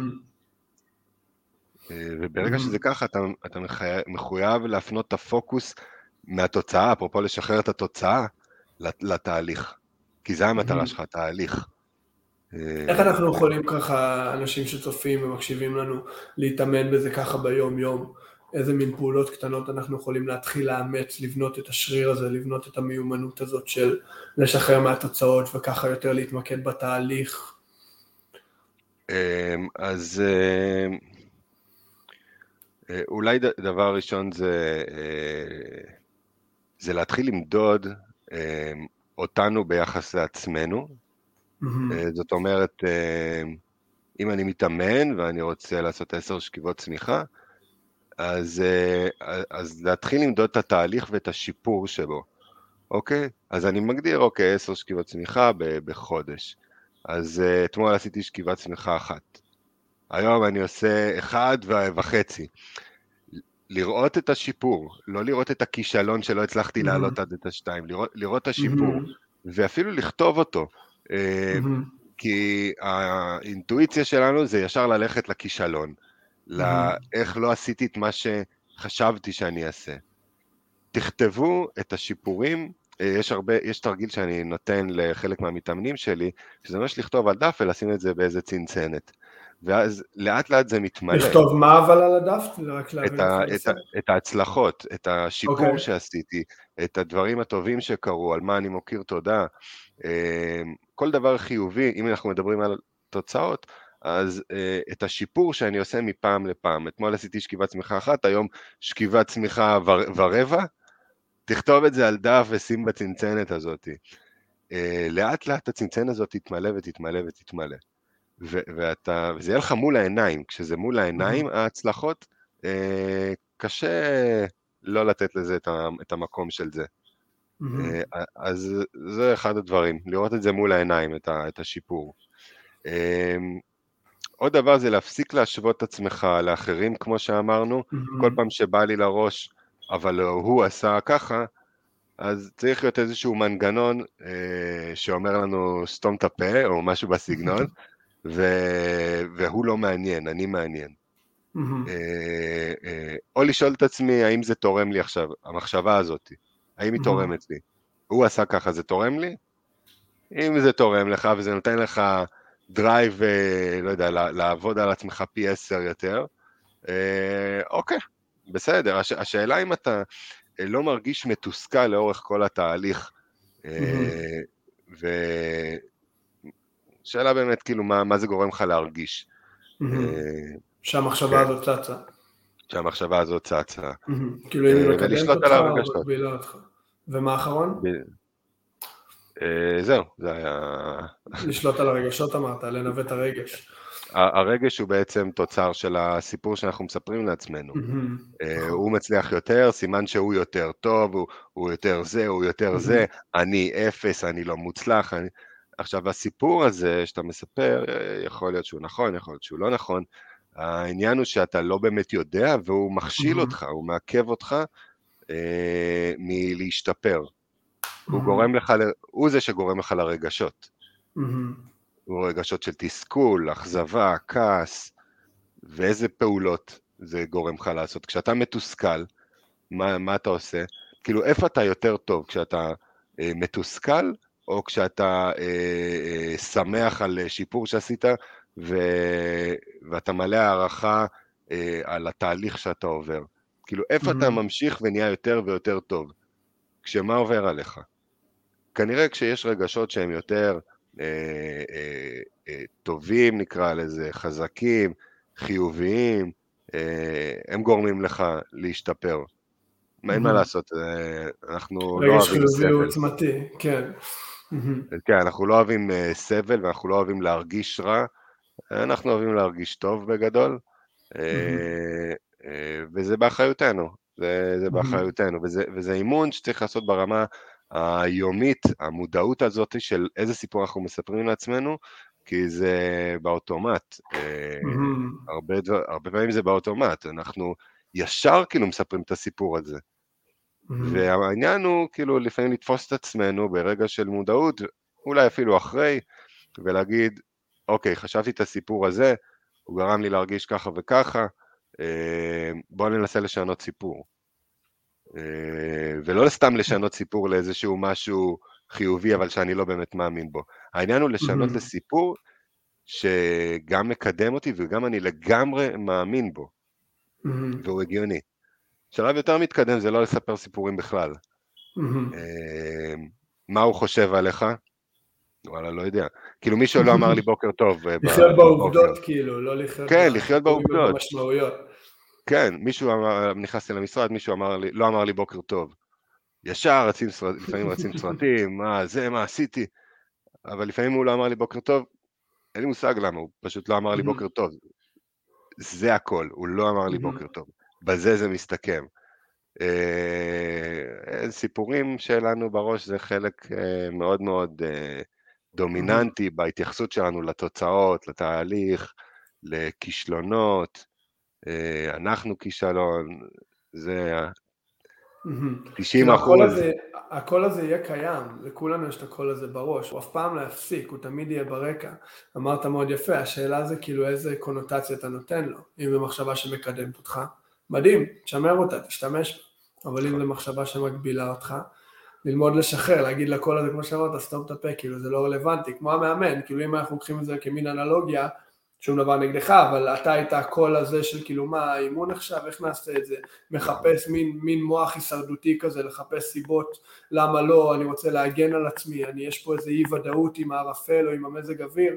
וברגע שזה ככה, אתה, אתה מחויב להפנות את הפוקוס מהתוצאה, אפרופו לשחרר את התוצאה, לתהליך. כי זה המטרה שלך, תהליך.
איך אנחנו יכולים ככה, אנשים שצופים ומקשיבים לנו, להתאמן בזה ככה ביום יום? איזה מין פעולות קטנות אנחנו יכולים להתחיל לאמץ, לבנות את השריר הזה, לבנות את המיומנות הזאת של לשחרר מהתוצאות וככה יותר להתמקד בתהליך?
אז אולי דבר ראשון זה, זה להתחיל למדוד אותנו ביחס לעצמנו. זאת אומרת, אם אני מתאמן ואני רוצה לעשות עשר שכיבות צניחה, אז, אז להתחיל למדוד את התהליך ואת השיפור שבו, אוקיי? אז אני מגדיר, אוקיי, עשר שכיבות צמיחה בחודש. אז אתמול עשיתי שכיבת צמיחה אחת. היום אני עושה אחד וחצי. לראות את השיפור, לא לראות את הכישלון שלא הצלחתי לעלות עד את השתיים, לראות, לראות את השיפור, ואפילו לכתוב אותו. כי האינטואיציה שלנו זה ישר ללכת לכישלון. לאיך לא עשיתי את מה שחשבתי שאני אעשה. תכתבו את השיפורים, יש הרבה, יש תרגיל שאני נותן לחלק מהמתאמנים שלי, שזה ממש לכתוב על דף ולשים את זה באיזה צנצנת. ואז לאט לאט זה מתמלא.
לכתוב מה אבל על הדף? רק
את, ה, את, ה, את ההצלחות, את השיפור okay. שעשיתי, את הדברים הטובים שקרו, על מה אני מוקיר תודה. כל דבר חיובי, אם אנחנו מדברים על תוצאות, אז uh, את השיפור שאני עושה מפעם לפעם, אתמול עשיתי שכיבת צמיחה אחת, היום שכיבת צמיחה ור, ורבע, תכתוב את זה על דף ושים בצנצנת הזאת. Uh, לאט לאט הצנצנת הזאת תתמלא ותתמלא ותתמלא. ו- ואתה, וזה יהיה לך מול העיניים, כשזה מול העיניים, ההצלחות, uh, קשה לא לתת לזה את, ה, את המקום של זה. Uh, אז זה אחד הדברים, לראות את זה מול העיניים, את, ה, את השיפור. Uh, עוד דבר זה להפסיק להשוות את עצמך לאחרים, כמו שאמרנו, כל פעם שבא לי לראש, אבל הוא עשה ככה, אז צריך להיות איזשהו מנגנון אה, שאומר לנו סתום את הפה, או משהו בסגנון, ו... והוא לא מעניין, אני מעניין. אה, אה, או לשאול את עצמי, האם זה תורם לי עכשיו, המחשבה הזאת, האם היא תורמת לי? הוא עשה ככה, זה תורם לי? אם זה תורם לך, וזה נותן לך דרייב, לא יודע, לעבוד על עצמך פי עשר יותר, אוקיי, בסדר. הש, השאלה אם אתה לא מרגיש מתוסכל לאורך כל התהליך, ושאלה באמת, כאילו, מה, מה זה גורם לך להרגיש?
שהמחשבה הזאת צצה.
שהמחשבה הזאת צצה.
כאילו, אם היא מקדמת אותך או מגבילה אותך. ומה האחרון?
זהו, זה היה...
לשלוט על הרגשות אמרת, לנווט את הרגש.
הרגש הוא בעצם תוצר של הסיפור שאנחנו מספרים לעצמנו. הוא מצליח יותר, סימן שהוא יותר טוב, הוא יותר זה, הוא יותר זה, אני אפס, אני לא מוצלח. עכשיו, הסיפור הזה שאתה מספר, יכול להיות שהוא נכון, יכול להיות שהוא לא נכון, העניין הוא שאתה לא באמת יודע, והוא מכשיל אותך, הוא מעכב אותך מלהשתפר. הוא גורם לך, הוא זה שגורם לך לרגשות. הוא רגשות של תסכול, אכזבה, כעס, ואיזה פעולות זה גורם לך לעשות. כשאתה מתוסכל, מה, מה אתה עושה? כאילו, איפה אתה יותר טוב? כשאתה אה, מתוסכל, או כשאתה אה, אה, שמח על שיפור שעשית, ו, ואתה מלא הערכה אה, על התהליך שאתה עובר? כאילו, איפה אתה ממשיך ונהיה יותר ויותר טוב? כשמה עובר עליך? כנראה כשיש רגשות שהם יותר אה, אה, אה, טובים, נקרא לזה, חזקים, חיוביים, אה, הם גורמים לך להשתפר. מה אין מה לעשות, אה, אנחנו לא אוהבים
רגש חיובי
סבל.
ועוצמתי, כן.
כן, אנחנו לא אוהבים אה, סבל ואנחנו לא אוהבים להרגיש רע, אנחנו אוהבים להרגיש טוב בגדול, אה, אה, וזה באחריותנו, זה, זה באחריותנו, וזה, וזה אימון שצריך לעשות ברמה היומית, המודעות הזאת של איזה סיפור אנחנו מספרים לעצמנו, כי זה באוטומט, הרבה, דבר, הרבה פעמים זה באוטומט, אנחנו ישר כאילו מספרים את הסיפור הזה, והעניין הוא כאילו לפעמים לתפוס את עצמנו ברגע של מודעות, אולי אפילו אחרי, ולהגיד, אוקיי, חשבתי את הסיפור הזה, הוא גרם לי להרגיש ככה וככה, בואו ננסה לשנות סיפור. ולא סתם לשנות סיפור לאיזשהו משהו חיובי, אבל שאני לא באמת מאמין בו. העניין הוא לשנות לסיפור שגם מקדם אותי וגם אני לגמרי מאמין בו, והוא הגיוני. שלב יותר מתקדם זה לא לספר סיפורים בכלל. מה הוא חושב עליך? וואלה, לא יודע. כאילו מישהו לא אמר לי בוקר טוב.
לחיות בעובדות כאילו, לא לחיות
כן, לחיות בעובדות.
במשמעויות.
כן, מישהו אמר, נכנסתי למשרד, מישהו אמר לי, לא אמר לי בוקר טוב. ישר רצים, לפעמים רצים סרטים, מה זה, מה עשיתי, אבל לפעמים הוא לא אמר לי בוקר טוב, אין לי מושג למה, הוא פשוט לא אמר לי בוקר טוב. זה הכל, הוא לא אמר לי בוקר טוב. בזה זה מסתכם. סיפורים שלנו בראש זה חלק מאוד מאוד דומיננטי בהתייחסות שלנו לתוצאות, לתהליך, לכישלונות, אנחנו כישלון, זה תשעים אחוז.
הקול הזה יהיה קיים, לכולנו יש את הקול הזה בראש, הוא אף פעם לא יפסיק, הוא תמיד יהיה ברקע. אמרת מאוד יפה, השאלה זה כאילו איזה קונוטציה אתה נותן לו, אם זו מחשבה שמקדמת אותך, מדהים, תשמר אותה, תשתמש בה, אבל אם זו מחשבה שמגבילה אותך, ללמוד לשחרר, להגיד לקול הזה כמו שאמרת, סתום את הפה, כאילו זה לא רלוונטי, כמו המאמן, כאילו אם אנחנו לוקחים את זה כמין אנלוגיה, שום דבר נגדך, אבל אתה היית הקול הזה של כאילו מה, האימון עכשיו, איך נעשה את זה, מחפש מין, מין מוח הישרדותי כזה, לחפש סיבות, למה לא, אני רוצה להגן על עצמי, אני יש פה איזה אי ודאות עם הערפל או עם המזג אוויר,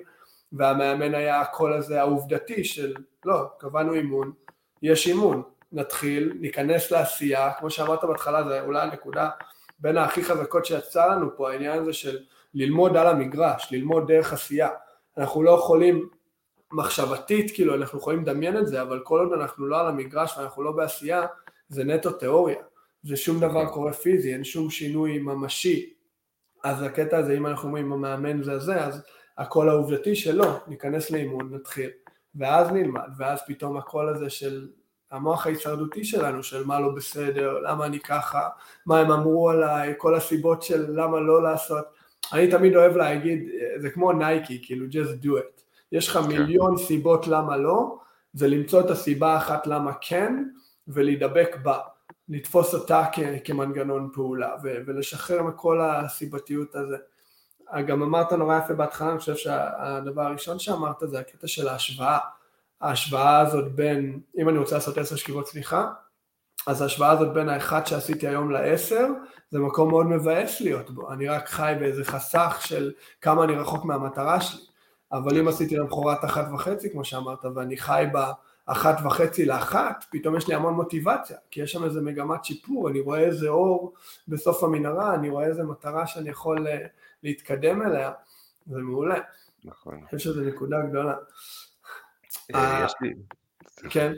והמאמן היה הקול הזה העובדתי של, לא, קבענו אימון, יש אימון, נתחיל, ניכנס לעשייה, כמו שאמרת בהתחלה, זה אולי הנקודה בין הכי חזקות שיצא לנו פה, העניין הזה של ללמוד על המגרש, ללמוד דרך עשייה. אנחנו לא יכולים מחשבתית, כאילו אנחנו יכולים לדמיין את זה, אבל כל עוד אנחנו לא על המגרש ואנחנו לא בעשייה, זה נטו תיאוריה. זה שום דבר קורה פיזי, אין שום שינוי ממשי. אז הקטע הזה, אם אנחנו אומרים, המאמן זה זה, אז הקול העובדתי שלו, ניכנס לאימון, נתחיל, ואז נלמד, ואז פתאום הקול הזה של המוח ההישרדותי שלנו, של מה לא בסדר, למה אני ככה, מה הם אמרו עליי, כל הסיבות של למה לא לעשות. אני תמיד אוהב להגיד, זה כמו נייקי, כאילו, just do it. יש לך מיליון סיבות למה לא, זה למצוא את הסיבה האחת למה כן, ולהידבק בה, לתפוס אותה כמנגנון פעולה, ולשחרר מכל הסיבתיות הזה. גם אמרת נורא יפה בהתחלה, אני חושב שהדבר הראשון שאמרת זה הקטע של ההשוואה, ההשוואה הזאת בין, אם אני רוצה לעשות עשר שכיבות צניחה, אז ההשוואה הזאת בין האחד שעשיתי היום לעשר, זה מקום מאוד מבאס להיות בו, אני רק חי באיזה חסך של כמה אני רחוק מהמטרה שלי, אבל אם עשיתי למחרת אחת וחצי, כמו שאמרת, ואני חי באחת וחצי לאחת, פתאום יש לי המון מוטיבציה, כי יש שם איזה מגמת שיפור, אני רואה איזה אור בסוף המנהרה, אני רואה איזה מטרה שאני יכול להתקדם אליה, זה מעולה.
נכון.
אני חושב שזו נקודה גדולה.
יש לי...
כן.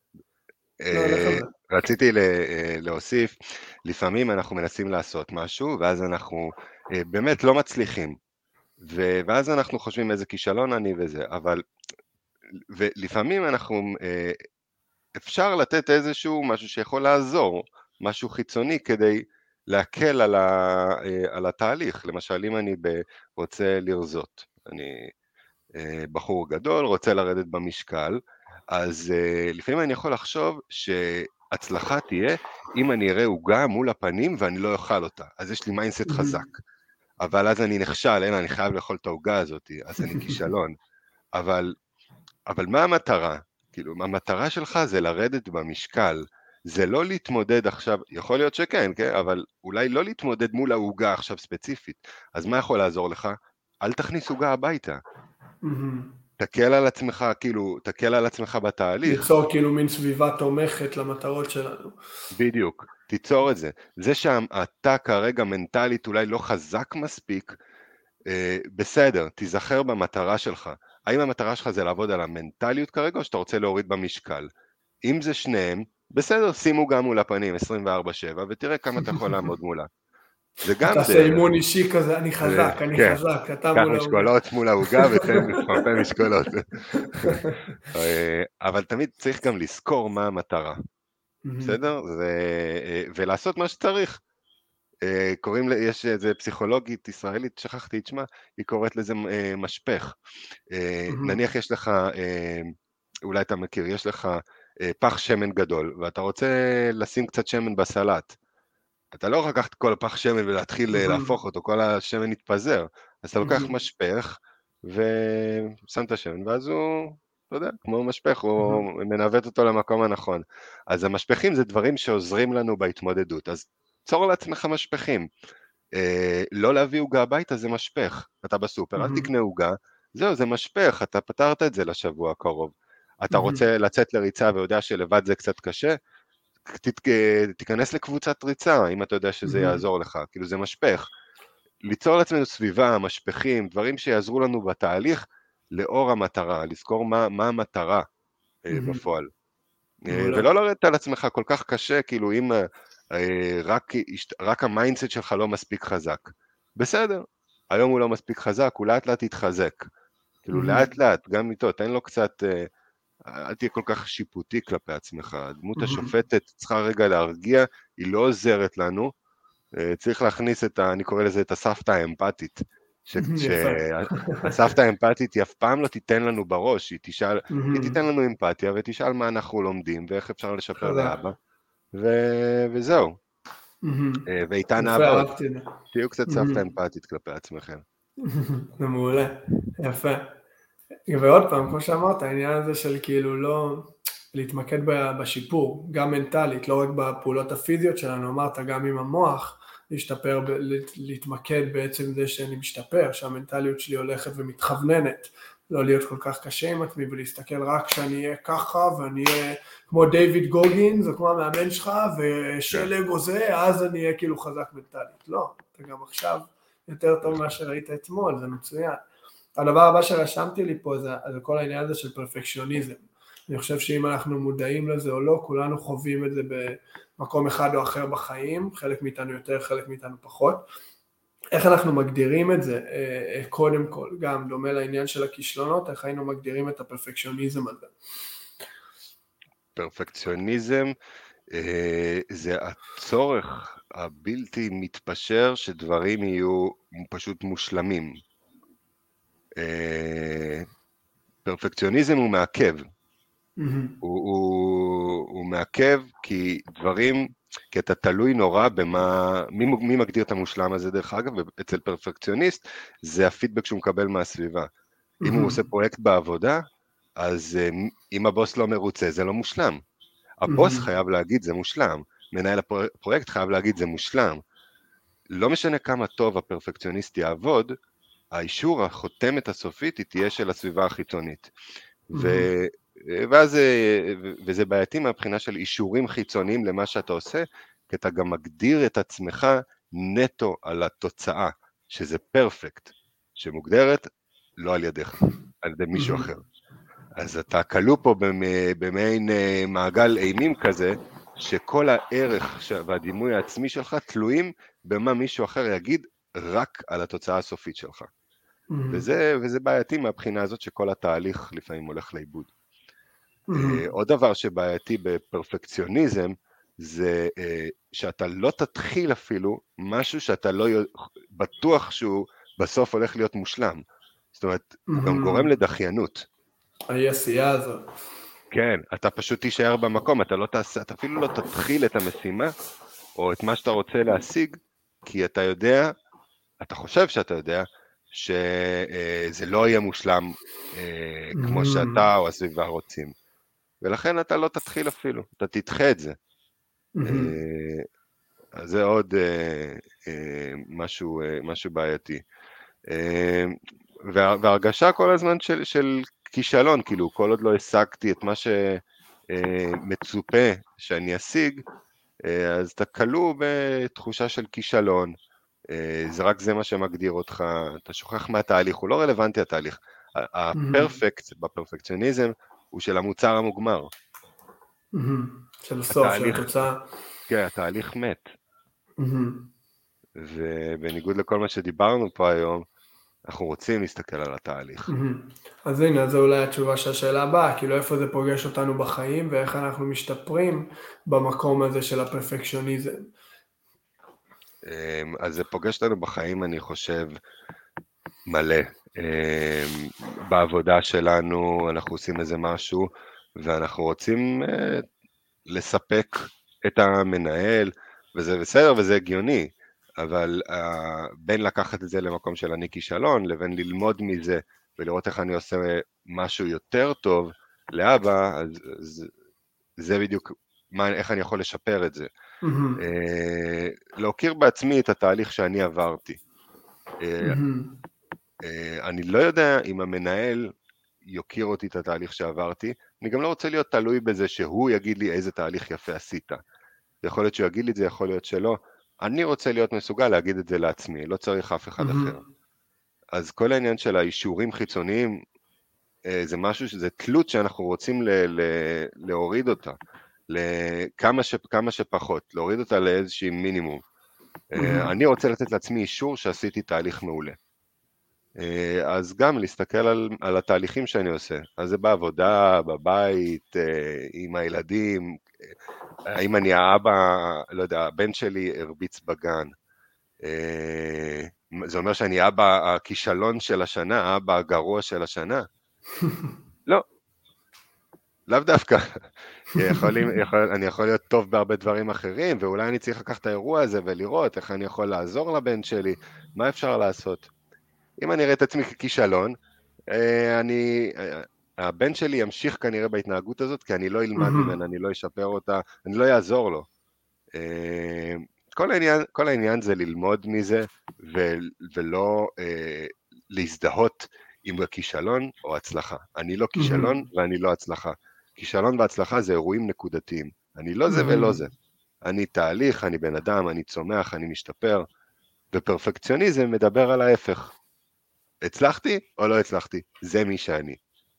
רציתי להוסיף, לפעמים אנחנו מנסים לעשות משהו, ואז אנחנו באמת לא מצליחים, ואז אנחנו חושבים איזה כישלון אני וזה, אבל ולפעמים אנחנו, אפשר לתת איזשהו משהו שיכול לעזור, משהו חיצוני כדי להקל על, ה, על התהליך. למשל, אם אני רוצה לרזות, אני בחור גדול, רוצה לרדת במשקל, אז לפעמים אני יכול לחשוב שהצלחה תהיה אם אני אראה עוגה מול הפנים ואני לא אוכל אותה, אז יש לי מיינדסט חזק, אבל אז אני נכשל, אין, אני חייב לאכול את העוגה הזאת, אז אני כישלון. אבל, אבל מה המטרה? כאילו, המטרה שלך זה לרדת במשקל, זה לא להתמודד עכשיו, יכול להיות שכן, כן? אבל אולי לא להתמודד מול העוגה עכשיו ספציפית, אז מה יכול לעזור לך? אל תכניס עוגה הביתה. תקל על עצמך, כאילו, תקל על עצמך בתהליך.
ליצור כאילו מין סביבה תומכת למטרות שלנו.
בדיוק, תיצור את זה. זה שאתה כרגע מנטלית אולי לא חזק מספיק, אה, בסדר, תיזכר במטרה שלך. האם המטרה שלך זה לעבוד על המנטליות כרגע, או שאתה רוצה להוריד במשקל? אם זה שניהם, בסדר, שימו גם מול הפנים עשרים וארבע שבע, ותראה כמה אתה יכול לעמוד מולה. זה גם דרך.
תעשה אימון אישי כזה, אני חזק, אני חזק, אתה מול ההוגה.
קח משקולות מול ההוגה ותן מספרפי משקולות. אבל תמיד צריך גם לזכור מה המטרה. בסדר? ולעשות מה שצריך. קוראים, יש איזה פסיכולוגית ישראלית, שכחתי את שמה, היא קוראת לזה משפך. נניח יש לך, אולי אתה מכיר, יש לך פח שמן גדול, ואתה רוצה לשים קצת שמן בסלט. אתה לא יכול לקחת כל הפח שמן ולהתחיל להפוך אותו, כל השמן יתפזר. אז אתה לוקח משפך ושם את השמן, ואז הוא, לא יודע, כמו משפך, הוא מנווט אותו למקום הנכון. אז המשפחים זה דברים שעוזרים לנו בהתמודדות. אז צור לעצמך משפחים. לא להביא עוגה הביתה זה משפך. אתה בסופר, אל תקנה עוגה, זהו, זה משפך, אתה פתרת את זה לשבוע הקרוב. אתה רוצה לצאת לריצה ויודע שלבד זה קצת קשה, תיכנס לקבוצת ריצה, אם אתה יודע שזה יעזור לך, כאילו זה משפך. ליצור לעצמנו סביבה, משפחים, דברים שיעזרו לנו בתהליך, לאור המטרה, לזכור מה, מה המטרה בפועל. ולא לרדת על עצמך כל כך קשה, כאילו אם רק, רק המיינדסט שלך לא מספיק חזק. בסדר, היום הוא לא מספיק חזק, הוא לאט לאט יתחזק. כאילו לאט לאט, גם איתו, תן לו קצת... אל תהיה כל כך שיפוטי כלפי עצמך, הדמות השופטת צריכה רגע להרגיע, היא לא עוזרת לנו, צריך להכניס את, אני קורא לזה את הסבתא האמפתית, שהסבתא האמפתית היא אף פעם לא תיתן לנו בראש, היא תשאל, היא תיתן לנו אמפתיה ותשאל מה אנחנו לומדים ואיך אפשר לשפר לאבא, וזהו, ואיתה נעבוד, תהיו קצת סבתא אמפתית כלפי עצמכם.
זה מעולה, יפה. ועוד פעם, כמו שאמרת, העניין הזה של כאילו לא להתמקד בשיפור, גם מנטלית, לא רק בפעולות הפיזיות שלנו, אמרת גם עם המוח, להשתפר, להתמקד בעצם זה שאני משתפר, שהמנטליות שלי הולכת ומתכווננת, לא להיות כל כך קשה עם עצמי ולהסתכל רק שאני אהיה ככה ואני אהיה כמו דיוויד גוגינס או כמו המאמן שלך ושל אגו זה, אז אני אהיה כאילו חזק מנטלית. לא, אתה גם עכשיו יותר טוב ממה שראית אתמול, זה מצוין. הדבר הבא שרשמתי לי פה זה, זה כל העניין הזה של פרפקציוניזם. אני חושב שאם אנחנו מודעים לזה או לא, כולנו חווים את זה במקום אחד או אחר בחיים, חלק מאיתנו יותר, חלק מאיתנו פחות. איך אנחנו מגדירים את זה? קודם כל, גם דומה לעניין של הכישלונות, איך היינו מגדירים את הפרפקציוניזם הזה?
פרפקציוניזם זה הצורך הבלתי מתפשר שדברים יהיו פשוט מושלמים. פרפקציוניזם הוא מעכב. Mm-hmm. הוא, הוא, הוא מעכב כי דברים, כי אתה תלוי נורא במה, מי, מי מגדיר את המושלם הזה דרך אגב, ואצל פרפקציוניסט זה הפידבק שהוא מקבל מהסביבה. Mm-hmm. אם הוא עושה פרויקט בעבודה, אז אם הבוס לא מרוצה, זה לא מושלם. הבוס mm-hmm. חייב להגיד זה מושלם, מנהל הפרויקט חייב להגיד זה מושלם. לא משנה כמה טוב הפרפקציוניסט יעבוד, האישור, החותמת הסופית, היא תהיה של הסביבה החיצונית. Mm-hmm. ו... ואז, וזה בעייתי מהבחינה של אישורים חיצוניים למה שאתה עושה, כי אתה גם מגדיר את עצמך נטו על התוצאה, שזה פרפקט, שמוגדרת לא על ידיך, על ידי מישהו אחר. אז אתה כלוא פה במעין מעגל אימים כזה, שכל הערך והדימוי העצמי שלך תלויים במה מישהו אחר יגיד רק על התוצאה הסופית שלך. וזה, וזה בעייתי מהבחינה הזאת שכל התהליך לפעמים הולך לאיבוד. Mm-hmm. עוד דבר שבעייתי בפרפקציוניזם, זה שאתה לא תתחיל אפילו משהו שאתה לא בטוח שהוא בסוף הולך להיות מושלם. זאת אומרת, mm-hmm. הוא גם גורם לדחיינות.
העשייה הזאת.
כן, אתה פשוט תישאר במקום, אתה, לא תעשה, אתה אפילו לא תתחיל את המשימה, או את מה שאתה רוצה להשיג, כי אתה יודע, אתה חושב שאתה יודע, שזה לא יהיה מושלם כמו שאתה או הסביבה רוצים. ולכן אתה לא תתחיל אפילו, אתה תדחה את זה. אז זה עוד משהו, משהו בעייתי. וההרגשה כל הזמן של, של כישלון, כאילו כל עוד לא השגתי את מה שמצופה שאני אשיג, אז אתה כלוא בתחושה של כישלון, זה רק זה מה שמגדיר אותך, אתה שוכח מהתהליך, הוא לא רלוונטי התהליך. הפרפקט, בפרפקציוניזם, הוא של המוצר המוגמר.
של הסוף, של התוצאה.
כן, התהליך מת. ובניגוד לכל מה שדיברנו פה היום, אנחנו רוצים להסתכל על התהליך.
אז הנה, זו אולי התשובה של השאלה הבאה, כאילו איפה זה פוגש אותנו בחיים, ואיך אנחנו משתפרים במקום הזה של הפרפקציוניזם.
אז זה פוגש אותנו בחיים, אני חושב, מלא. בעבודה שלנו אנחנו עושים איזה משהו, ואנחנו רוצים לספק את המנהל, וזה בסדר וזה הגיוני, אבל בין לקחת את זה למקום של אני כישלון, לבין ללמוד מזה, ולראות איך אני עושה משהו יותר טוב לאבא, אז, אז זה בדיוק מה, איך אני יכול לשפר את זה. Mm-hmm. להכיר בעצמי את התהליך שאני עברתי. Mm-hmm. אני לא יודע אם המנהל יוקיר אותי את התהליך שעברתי, אני גם לא רוצה להיות תלוי בזה שהוא יגיד לי איזה תהליך יפה עשית. יכול להיות שהוא יגיד לי את זה, יכול להיות שלא. אני רוצה להיות מסוגל להגיד את זה לעצמי, לא צריך אף אחד mm-hmm. אחר. אז כל העניין של האישורים חיצוניים, זה משהו שזה תלות שאנחנו רוצים ל- ל- להוריד אותה, לכמה ש- כמה שפחות, להוריד אותה לאיזושהי מינימום. Mm-hmm. אני רוצה לתת לעצמי אישור שעשיתי תהליך מעולה. אז גם להסתכל על, על התהליכים שאני עושה, אז זה בעבודה, בבית, עם הילדים, האם אני האבא, לא יודע, הבן שלי הרביץ בגן, זה אומר שאני אבא הכישלון של השנה, אבא הגרוע של השנה? לא, לאו דווקא. יכול, יכול, אני יכול להיות טוב בהרבה דברים אחרים, ואולי אני צריך לקחת את האירוע הזה ולראות איך אני יכול לעזור לבן שלי, מה אפשר לעשות. אם אני אראה את עצמי ככישלון, אני, הבן שלי ימשיך כנראה בהתנהגות הזאת, כי אני לא אלמד ממנה, אני לא אשפר אותה, אני לא אעזור לו. כל העניין, כל העניין זה ללמוד מזה, ו, ולא להזדהות אם הכישלון או הצלחה. אני לא כישלון ואני לא הצלחה. כישלון והצלחה זה אירועים נקודתיים. אני לא זה ולא זה. אני תהליך, אני בן אדם, אני צומח, אני משתפר, ופרפקציוניזם מדבר על ההפך. הצלחתי או לא הצלחתי? זה מי שאני.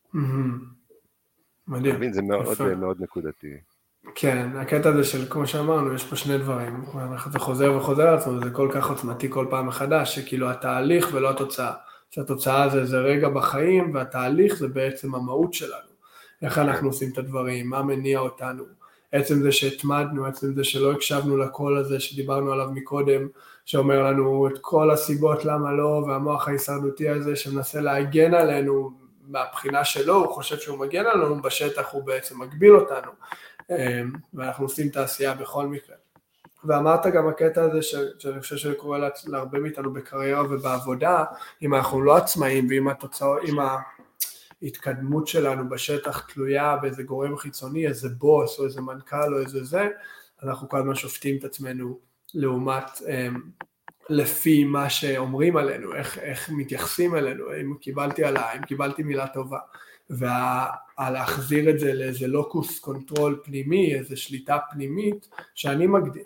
מדהים.
מבין, זה מאוד מאוד נקודתי.
כן, הקטע הזה של, כמו שאמרנו, יש פה שני דברים. זה חוזר וחוזר על עצמו, זה כל כך עוצמתי כל פעם מחדש, שכאילו התהליך ולא התוצאה. שהתוצאה זה, זה רגע בחיים, והתהליך זה בעצם המהות שלנו. איך אנחנו עושים את הדברים, מה מניע אותנו. עצם זה שהתמדנו, עצם זה שלא הקשבנו לקול הזה שדיברנו עליו מקודם, שאומר לנו את כל הסיבות למה לא, והמוח ההישרדותי הזה שמנסה להגן עלינו מהבחינה שלו, הוא חושב שהוא מגן עלינו, בשטח הוא בעצם מגביל אותנו, ואנחנו עושים תעשייה בכל מקרה. ואמרת גם הקטע הזה שאני חושב שקורה להרבה מאיתנו בקריירה ובעבודה, אם אנחנו לא עצמאים ואם התוצאות, אם ההתקדמות שלנו בשטח תלויה באיזה גורם חיצוני, איזה בוס או איזה מנכ"ל או איזה זה, אנחנו כל הזמן שופטים את עצמנו לעומת, לפי מה שאומרים עלינו, איך, איך מתייחסים אלינו, אם קיבלתי עליי, אם קיבלתי מילה טובה, ולהחזיר את זה לאיזה לוקוס קונטרול פנימי, איזה שליטה פנימית שאני מגדיר.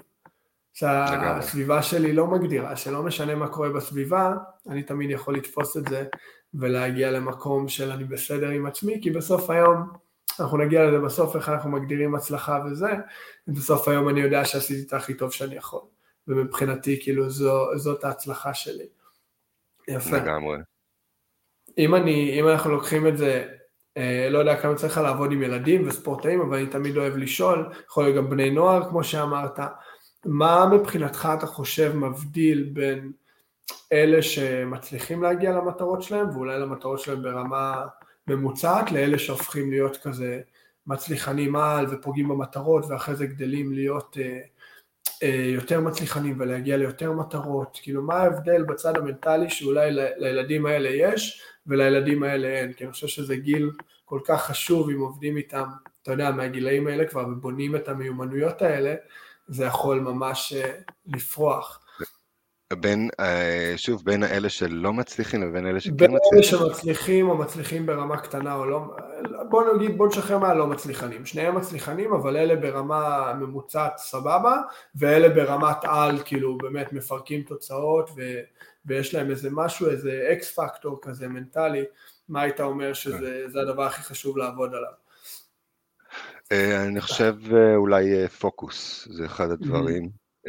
שהסביבה שלי לא מגדירה, שלא משנה מה קורה בסביבה, אני תמיד יכול לתפוס את זה ולהגיע למקום של אני בסדר עם עצמי, כי בסוף היום, אנחנו נגיע לזה בסוף איך אנחנו מגדירים הצלחה וזה, ובסוף היום אני יודע שעשיתי את הכי טוב שאני יכול, ומבחינתי כאילו זו, זאת ההצלחה שלי. יפה.
לגמרי.
אם, אני, אם אנחנו לוקחים את זה, לא יודע כמה צריך לעבוד עם ילדים וספורטאים, אבל אני תמיד אוהב לשאול, יכול להיות גם בני נוער כמו שאמרת, מה מבחינתך אתה חושב מבדיל בין אלה שמצליחים להגיע למטרות שלהם, ואולי למטרות שלהם ברמה ממוצעת, לאלה שהופכים להיות כזה מצליחנים על ופוגעים במטרות, ואחרי זה גדלים להיות אה, אה, יותר מצליחנים ולהגיע ליותר מטרות, כאילו מה ההבדל בצד המנטלי שאולי ל- לילדים האלה יש, ולילדים האלה אין, כי אני חושב שזה גיל כל כך חשוב אם עובדים איתם, אתה יודע, מהגילאים האלה כבר, ובונים את המיומנויות האלה, זה יכול ממש לפרוח.
בין, שוב, בין האלה שלא מצליחים לבין אלה שכן
בין
מצליחים?
אלה שמצליחים או מצליחים ברמה קטנה או לא, בוא נגיד, בוא נשחרר מה לא מצליחנים, שניהם מצליחנים, אבל אלה ברמה ממוצעת סבבה, ואלה ברמת על, כאילו באמת מפרקים תוצאות, ו, ויש להם איזה משהו, איזה אקס פקטור כזה מנטלי, מה היית אומר שזה זה הדבר הכי חשוב לעבוד עליו?
אני חושב אולי פוקוס, זה אחד הדברים.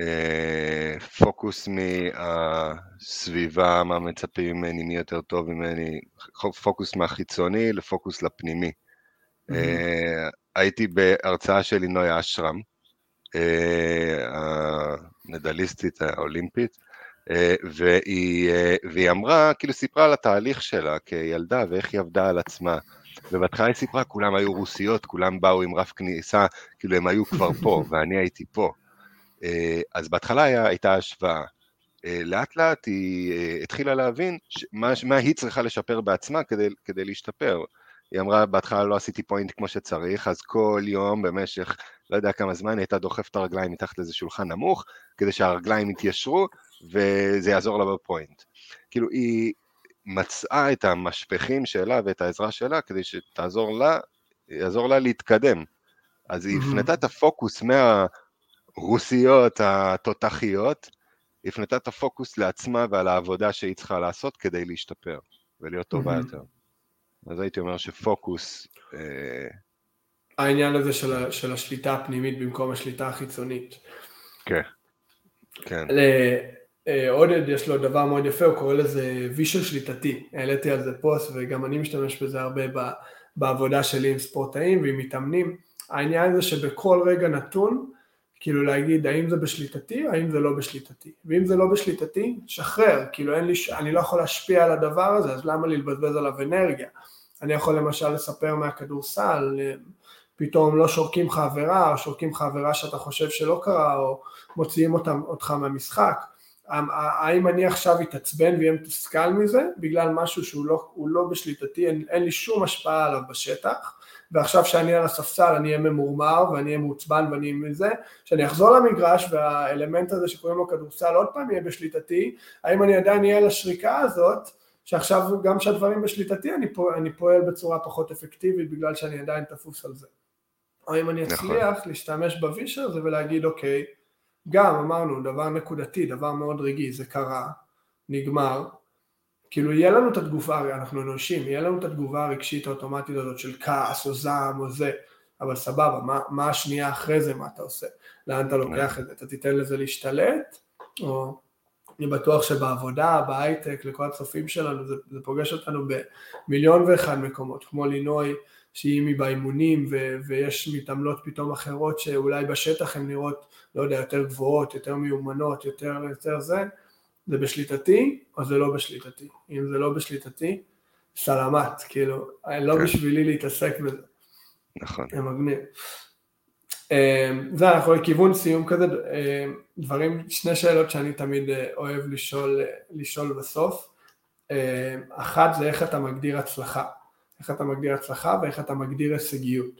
פוקוס מהסביבה, מה מצפים ממני, מי יותר טוב ממני, פוקוס מהחיצוני לפוקוס לפנימי. הייתי בהרצאה של לינוי אשרם, המדליסטית האולימפית, והיא, והיא אמרה, כאילו סיפרה על התהליך שלה כילדה ואיך היא עבדה על עצמה. ובהתחלה היא סיפרה, כולם היו רוסיות, כולם באו עם רף כניסה, כאילו הם היו כבר פה, ואני הייתי פה. אז בהתחלה היה, הייתה השוואה. לאט לאט היא התחילה להבין מה, מה היא צריכה לשפר בעצמה כדי, כדי להשתפר. היא אמרה, בהתחלה לא עשיתי פוינט כמו שצריך, אז כל יום במשך, לא יודע כמה זמן, היא הייתה דוחפת את הרגליים מתחת לאיזה שולחן נמוך, כדי שהרגליים יתיישרו, וזה יעזור לה בפוינט. כאילו היא מצאה את המשפחים שלה ואת העזרה שלה, כדי שתעזור לה, יעזור לה להתקדם. אז היא הפנתה את הפוקוס מהרוסיות התותחיות, היא הפנתה את הפוקוס לעצמה ועל העבודה שהיא צריכה לעשות כדי להשתפר ולהיות טובה יותר. אז הייתי אומר שפוקוס...
העניין הזה של, של השליטה הפנימית במקום השליטה החיצונית.
כן, כן.
עודד יש לו דבר מאוד יפה, הוא קורא לזה וישל שליטתי. העליתי על זה פוסט וגם אני משתמש בזה הרבה בעבודה שלי עם ספורטאים ועם מתאמנים. העניין הזה שבכל רגע נתון, כאילו להגיד האם זה בשליטתי, האם זה לא בשליטתי. ואם זה לא בשליטתי, שחרר, כאילו אין לי, אני לא יכול להשפיע על הדבר הזה, אז למה לי לבזבז עליו אנרגיה? אני יכול למשל לספר מהכדורסל, פתאום לא שורקים לך עבירה, או שורקים לך עבירה שאתה חושב שלא קרה, או מוציאים אותם, אותך מהמשחק. האם אני עכשיו אתעצבן ויהיה מתוסכל מזה, בגלל משהו שהוא לא, הוא לא בשליטתי, אין, אין לי שום השפעה עליו בשטח, ועכשיו שאני על הספסל אני אהיה ממורמר, ואני אהיה מעוצבן ואני אהיה מזה, שאני אחזור למגרש והאלמנט הזה שקוראים לו כדורסל עוד פעם יהיה בשליטתי, האם אני עדיין אהיה לשריקה הזאת, שעכשיו גם שהדברים בשליטתי, אני פועל, אני פועל בצורה פחות אפקטיבית, בגלל שאני עדיין תפוס על זה. או אם אני אצליח נכון. להשתמש בווישר הזה ולהגיד, אוקיי, גם אמרנו, דבר נקודתי, דבר מאוד רגעי, זה קרה, נגמר, כאילו יהיה לנו את התגובה, הרי אנחנו אנושים, יהיה לנו את התגובה הרגשית האוטומטית הזאת של כעס או זעם או זה, אבל סבבה, מה, מה השנייה אחרי זה, מה אתה עושה? לאן אתה לוקח את זה? אתה תיתן לזה להשתלט? או אני בטוח שבעבודה, בהייטק, לכל הצופים שלנו, זה, זה פוגש אותנו במיליון ואחד מקומות, כמו לינוי, שהיא מבאימונים, ו- ויש מתעמלות פתאום אחרות, שאולי בשטח הן נראות, לא יודע, יותר גבוהות, יותר מיומנות, יותר, יותר זה, זה בשליטתי, או זה לא בשליטתי? אם זה לא בשליטתי, סלמת, כאילו, לא בשבילי להתעסק בזה.
נכון.
זה מגניב. זה, אנחנו לכיוון סיום כזה, דברים, שני שאלות שאני תמיד אוהב לשאול, לשאול בסוף. אחת זה איך אתה מגדיר הצלחה. איך אתה מגדיר הצלחה ואיך אתה מגדיר הישגיות.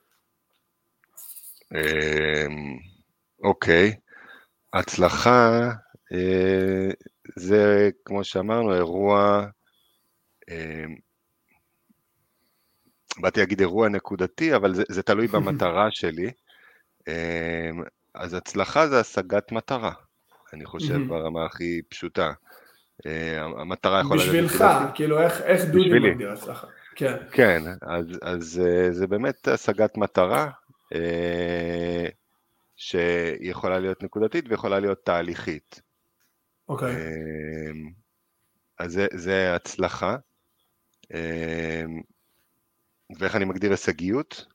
אוקיי. הצלחה זה, כמו שאמרנו, אירוע, באתי להגיד אירוע נקודתי, אבל זה, זה תלוי במטרה שלי. אז הצלחה זה השגת מטרה, אני חושב ברמה הכי פשוטה. המטרה יכולה להיות
בשבילך, כאילו איך, איך דודי מגדיר הצלחה. כן.
כן, אז, אז זה באמת השגת מטרה, שהיא יכולה להיות נקודתית ויכולה להיות תהליכית.
אוקיי.
אז זה, זה הצלחה. ואיך אני מגדיר הישגיות?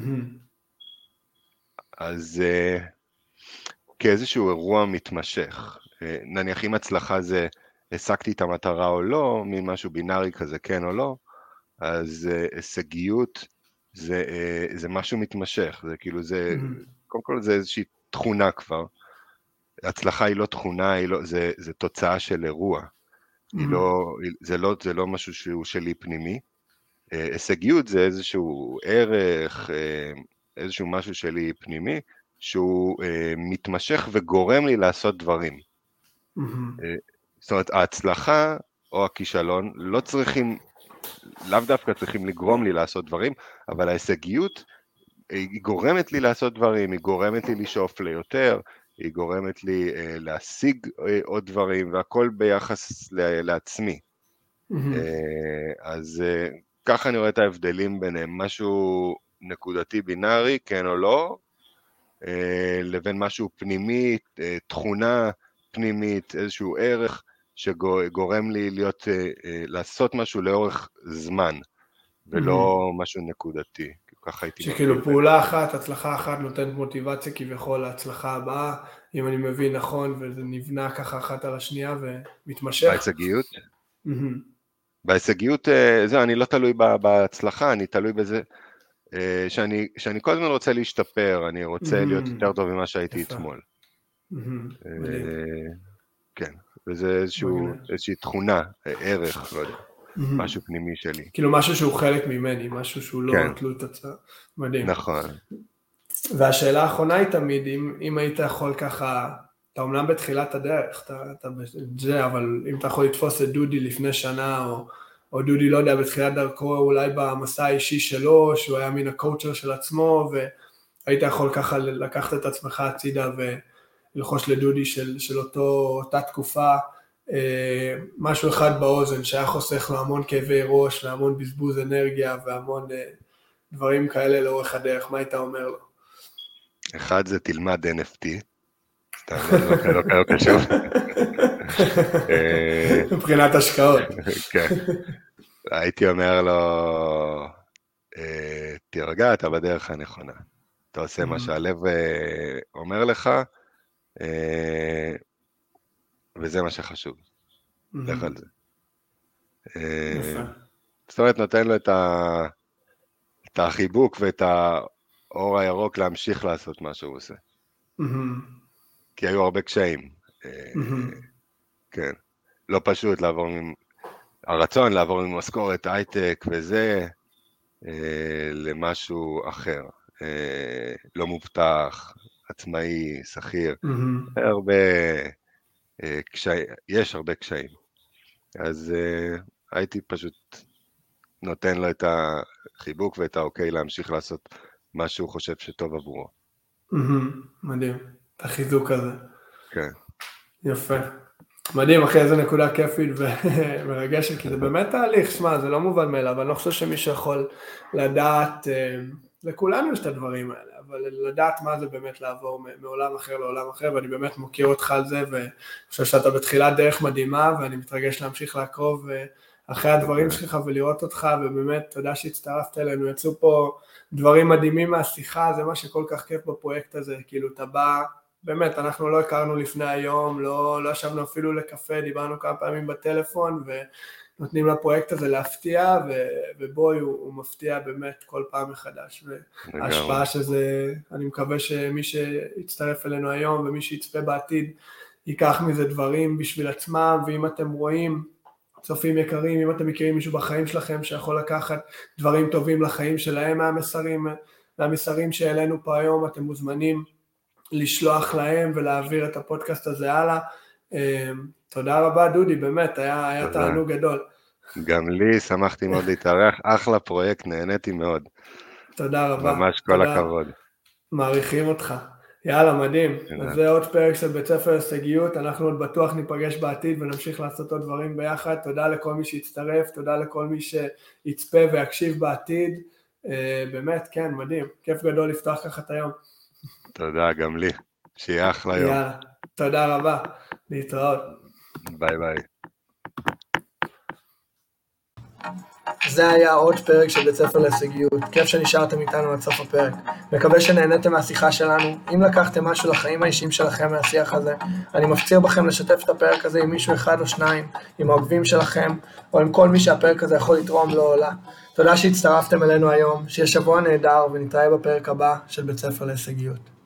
אז כאיזשהו אירוע מתמשך. נניח אם הצלחה זה השגתי את המטרה או לא, ממשהו בינארי כזה, כן או לא, אז הישגיות זה, זה משהו מתמשך. זה כאילו זה, קודם כל זה איזושהי תכונה כבר. הצלחה היא לא תכונה, היא לא, זה, זה תוצאה של אירוע. היא לא, זה לא, זה לא משהו שהוא שלי פנימי. הישגיות זה איזשהו ערך, איזשהו משהו שלי פנימי, שהוא מתמשך וגורם לי לעשות דברים. זאת אומרת, ההצלחה או הכישלון לא צריכים, לאו דווקא צריכים לגרום לי לעשות דברים, אבל ההישגיות היא גורמת לי לעשות דברים, היא גורמת לי לשאוף ליותר, היא גורמת לי להשיג עוד דברים, והכל ביחס לעצמי. אז ככה אני רואה את ההבדלים ביניהם, משהו נקודתי בינארי, כן או לא, לבין משהו פנימי, תכונה פנימית, איזשהו ערך שגורם לי להיות, לעשות משהו לאורך זמן, ולא משהו נקודתי. ככה הייתי
שכאילו פעולה אחת, הצלחה אחת נותנת מוטיבציה כביכול להצלחה הבאה, אם אני מבין נכון, וזה נבנה ככה אחת על השנייה ומתמשך.
בהישגיות? בהישגיות, זה, אני לא תלוי בהצלחה, אני תלוי בזה, שאני, שאני כל הזמן רוצה להשתפר, אני רוצה להיות יותר טוב ממה שהייתי אתמול. כן, וזה איזשהו, איזושהי תכונה, ערך, לא יודע. משהו פנימי שלי.
כאילו משהו שהוא חלק ממני, משהו שהוא לא תלות הצעה. מדהים.
נכון.
והשאלה האחרונה היא תמיד, אם, אם היית יכול ככה, אתה אומנם בתחילת הדרך, אתה, אתה בזה, אבל אם אתה יכול לתפוס את דודי לפני שנה, או, או דודי, לא יודע, בתחילת דרכו, אולי במסע האישי שלו, שהוא היה מן הקואוצ'ר של עצמו, והיית יכול ככה לקחת את עצמך הצידה, ולחוש לדודי של, של אותו, אותה תקופה, משהו אחד באוזן שהיה חוסך לו המון כאבי ראש והמון בזבוז אנרגיה והמון דברים כאלה לאורך הדרך, מה היית אומר לו?
אחד זה תלמד אן אף טי, סתם לא לא קשור.
מבחינת השקעות.
כן, הייתי אומר לו, תרגע, אתה בדרך הנכונה, אתה עושה מה שהלב אומר לך, וזה מה שחשוב, לך על זה. זאת אומרת, נותן לו את החיבוק ואת האור הירוק להמשיך לעשות מה שהוא עושה. כי היו הרבה קשיים. כן, לא פשוט לעבור, הרצון לעבור ממשכורת הייטק וזה, למשהו אחר. לא מובטח, עצמאי, שכיר, הרבה... קשי, יש הרבה קשיים, אז, הייתי פשוט נותן לו את החיבוק ואת האוקיי להמשיך לעשות מה שהוא חושב שטוב עבורו.
מדהים, את החיזוק הזה.
כן.
יפה. מדהים, אחי, איזה נקודה כיפית ומרגשת, כי זה באמת תהליך, שמה, זה לא מובן מאליו, אבל אני לא חושב שמישהו יכול לדעת, לכולנו יש את הדברים האלה, אבל לדעת מה זה באמת לעבור מעולם אחר לעולם אחר, ואני באמת מוקיר אותך על זה, ואני חושב שאתה בתחילת דרך מדהימה, ואני מתרגש להמשיך לעקוב אחרי הדברים שלך ולראות אותך, ובאמת תודה שהצטרפת אלינו, יצאו פה דברים מדהימים מהשיחה, זה מה שכל כך כיף בפרויקט הזה, כאילו אתה בא, באמת, אנחנו לא הכרנו לפני היום, לא, לא ישבנו אפילו לקפה, דיברנו כמה פעמים בטלפון, ונותנים לפרויקט הזה להפתיע, ו, ובוי הוא, הוא מפתיע באמת כל פעם מחדש, וההשפעה שזה, אני מקווה שמי שיצטרף אלינו היום, ומי שיצפה בעתיד, ייקח מזה דברים בשביל עצמם, ואם אתם רואים, צופים יקרים, אם אתם מכירים מישהו בחיים שלכם, שיכול לקחת דברים טובים לחיים שלהם מהמסרים, מהמסרים שאלינו פה היום, אתם מוזמנים, לשלוח להם ולהעביר את הפודקאסט הזה הלאה. תודה רבה דודי, באמת, היה, היה תענוג גדול.
גם לי, שמחתי מאוד להתארח, אחלה פרויקט, נהניתי מאוד.
תודה רבה.
ממש כל תודה. הכבוד.
מעריכים אותך. יאללה, מדהים. אז זה עוד פרק של בית ספר להישגיות, אנחנו עוד בטוח ניפגש בעתיד ונמשיך לעשות עוד דברים ביחד. תודה לכל מי שיצטרף, תודה לכל מי שיצפה ויקשיב בעתיד. באמת, כן, מדהים. כיף גדול לפתוח ככה את היום.
תודה, גם לי. שיהיה אחלה יום.
יאללה, תודה רבה. להתראות.
ביי ביי.
זה היה עוד פרק של בית ספר להישגיות. כיף שנשארתם איתנו עד סוף הפרק. מקווה שנהנתם מהשיחה שלנו. אם לקחתם משהו לחיים האישיים שלכם מהשיח הזה, אני מפציר בכם לשתף את הפרק הזה עם מישהו אחד או שניים, עם העוקבים שלכם, או עם כל מי שהפרק הזה יכול לתרום לו או לה. תודה שהצטרפתם אלינו היום, שיהיה שבוע נהדר, ונתראה בפרק הבא של בית ספר להישגיות.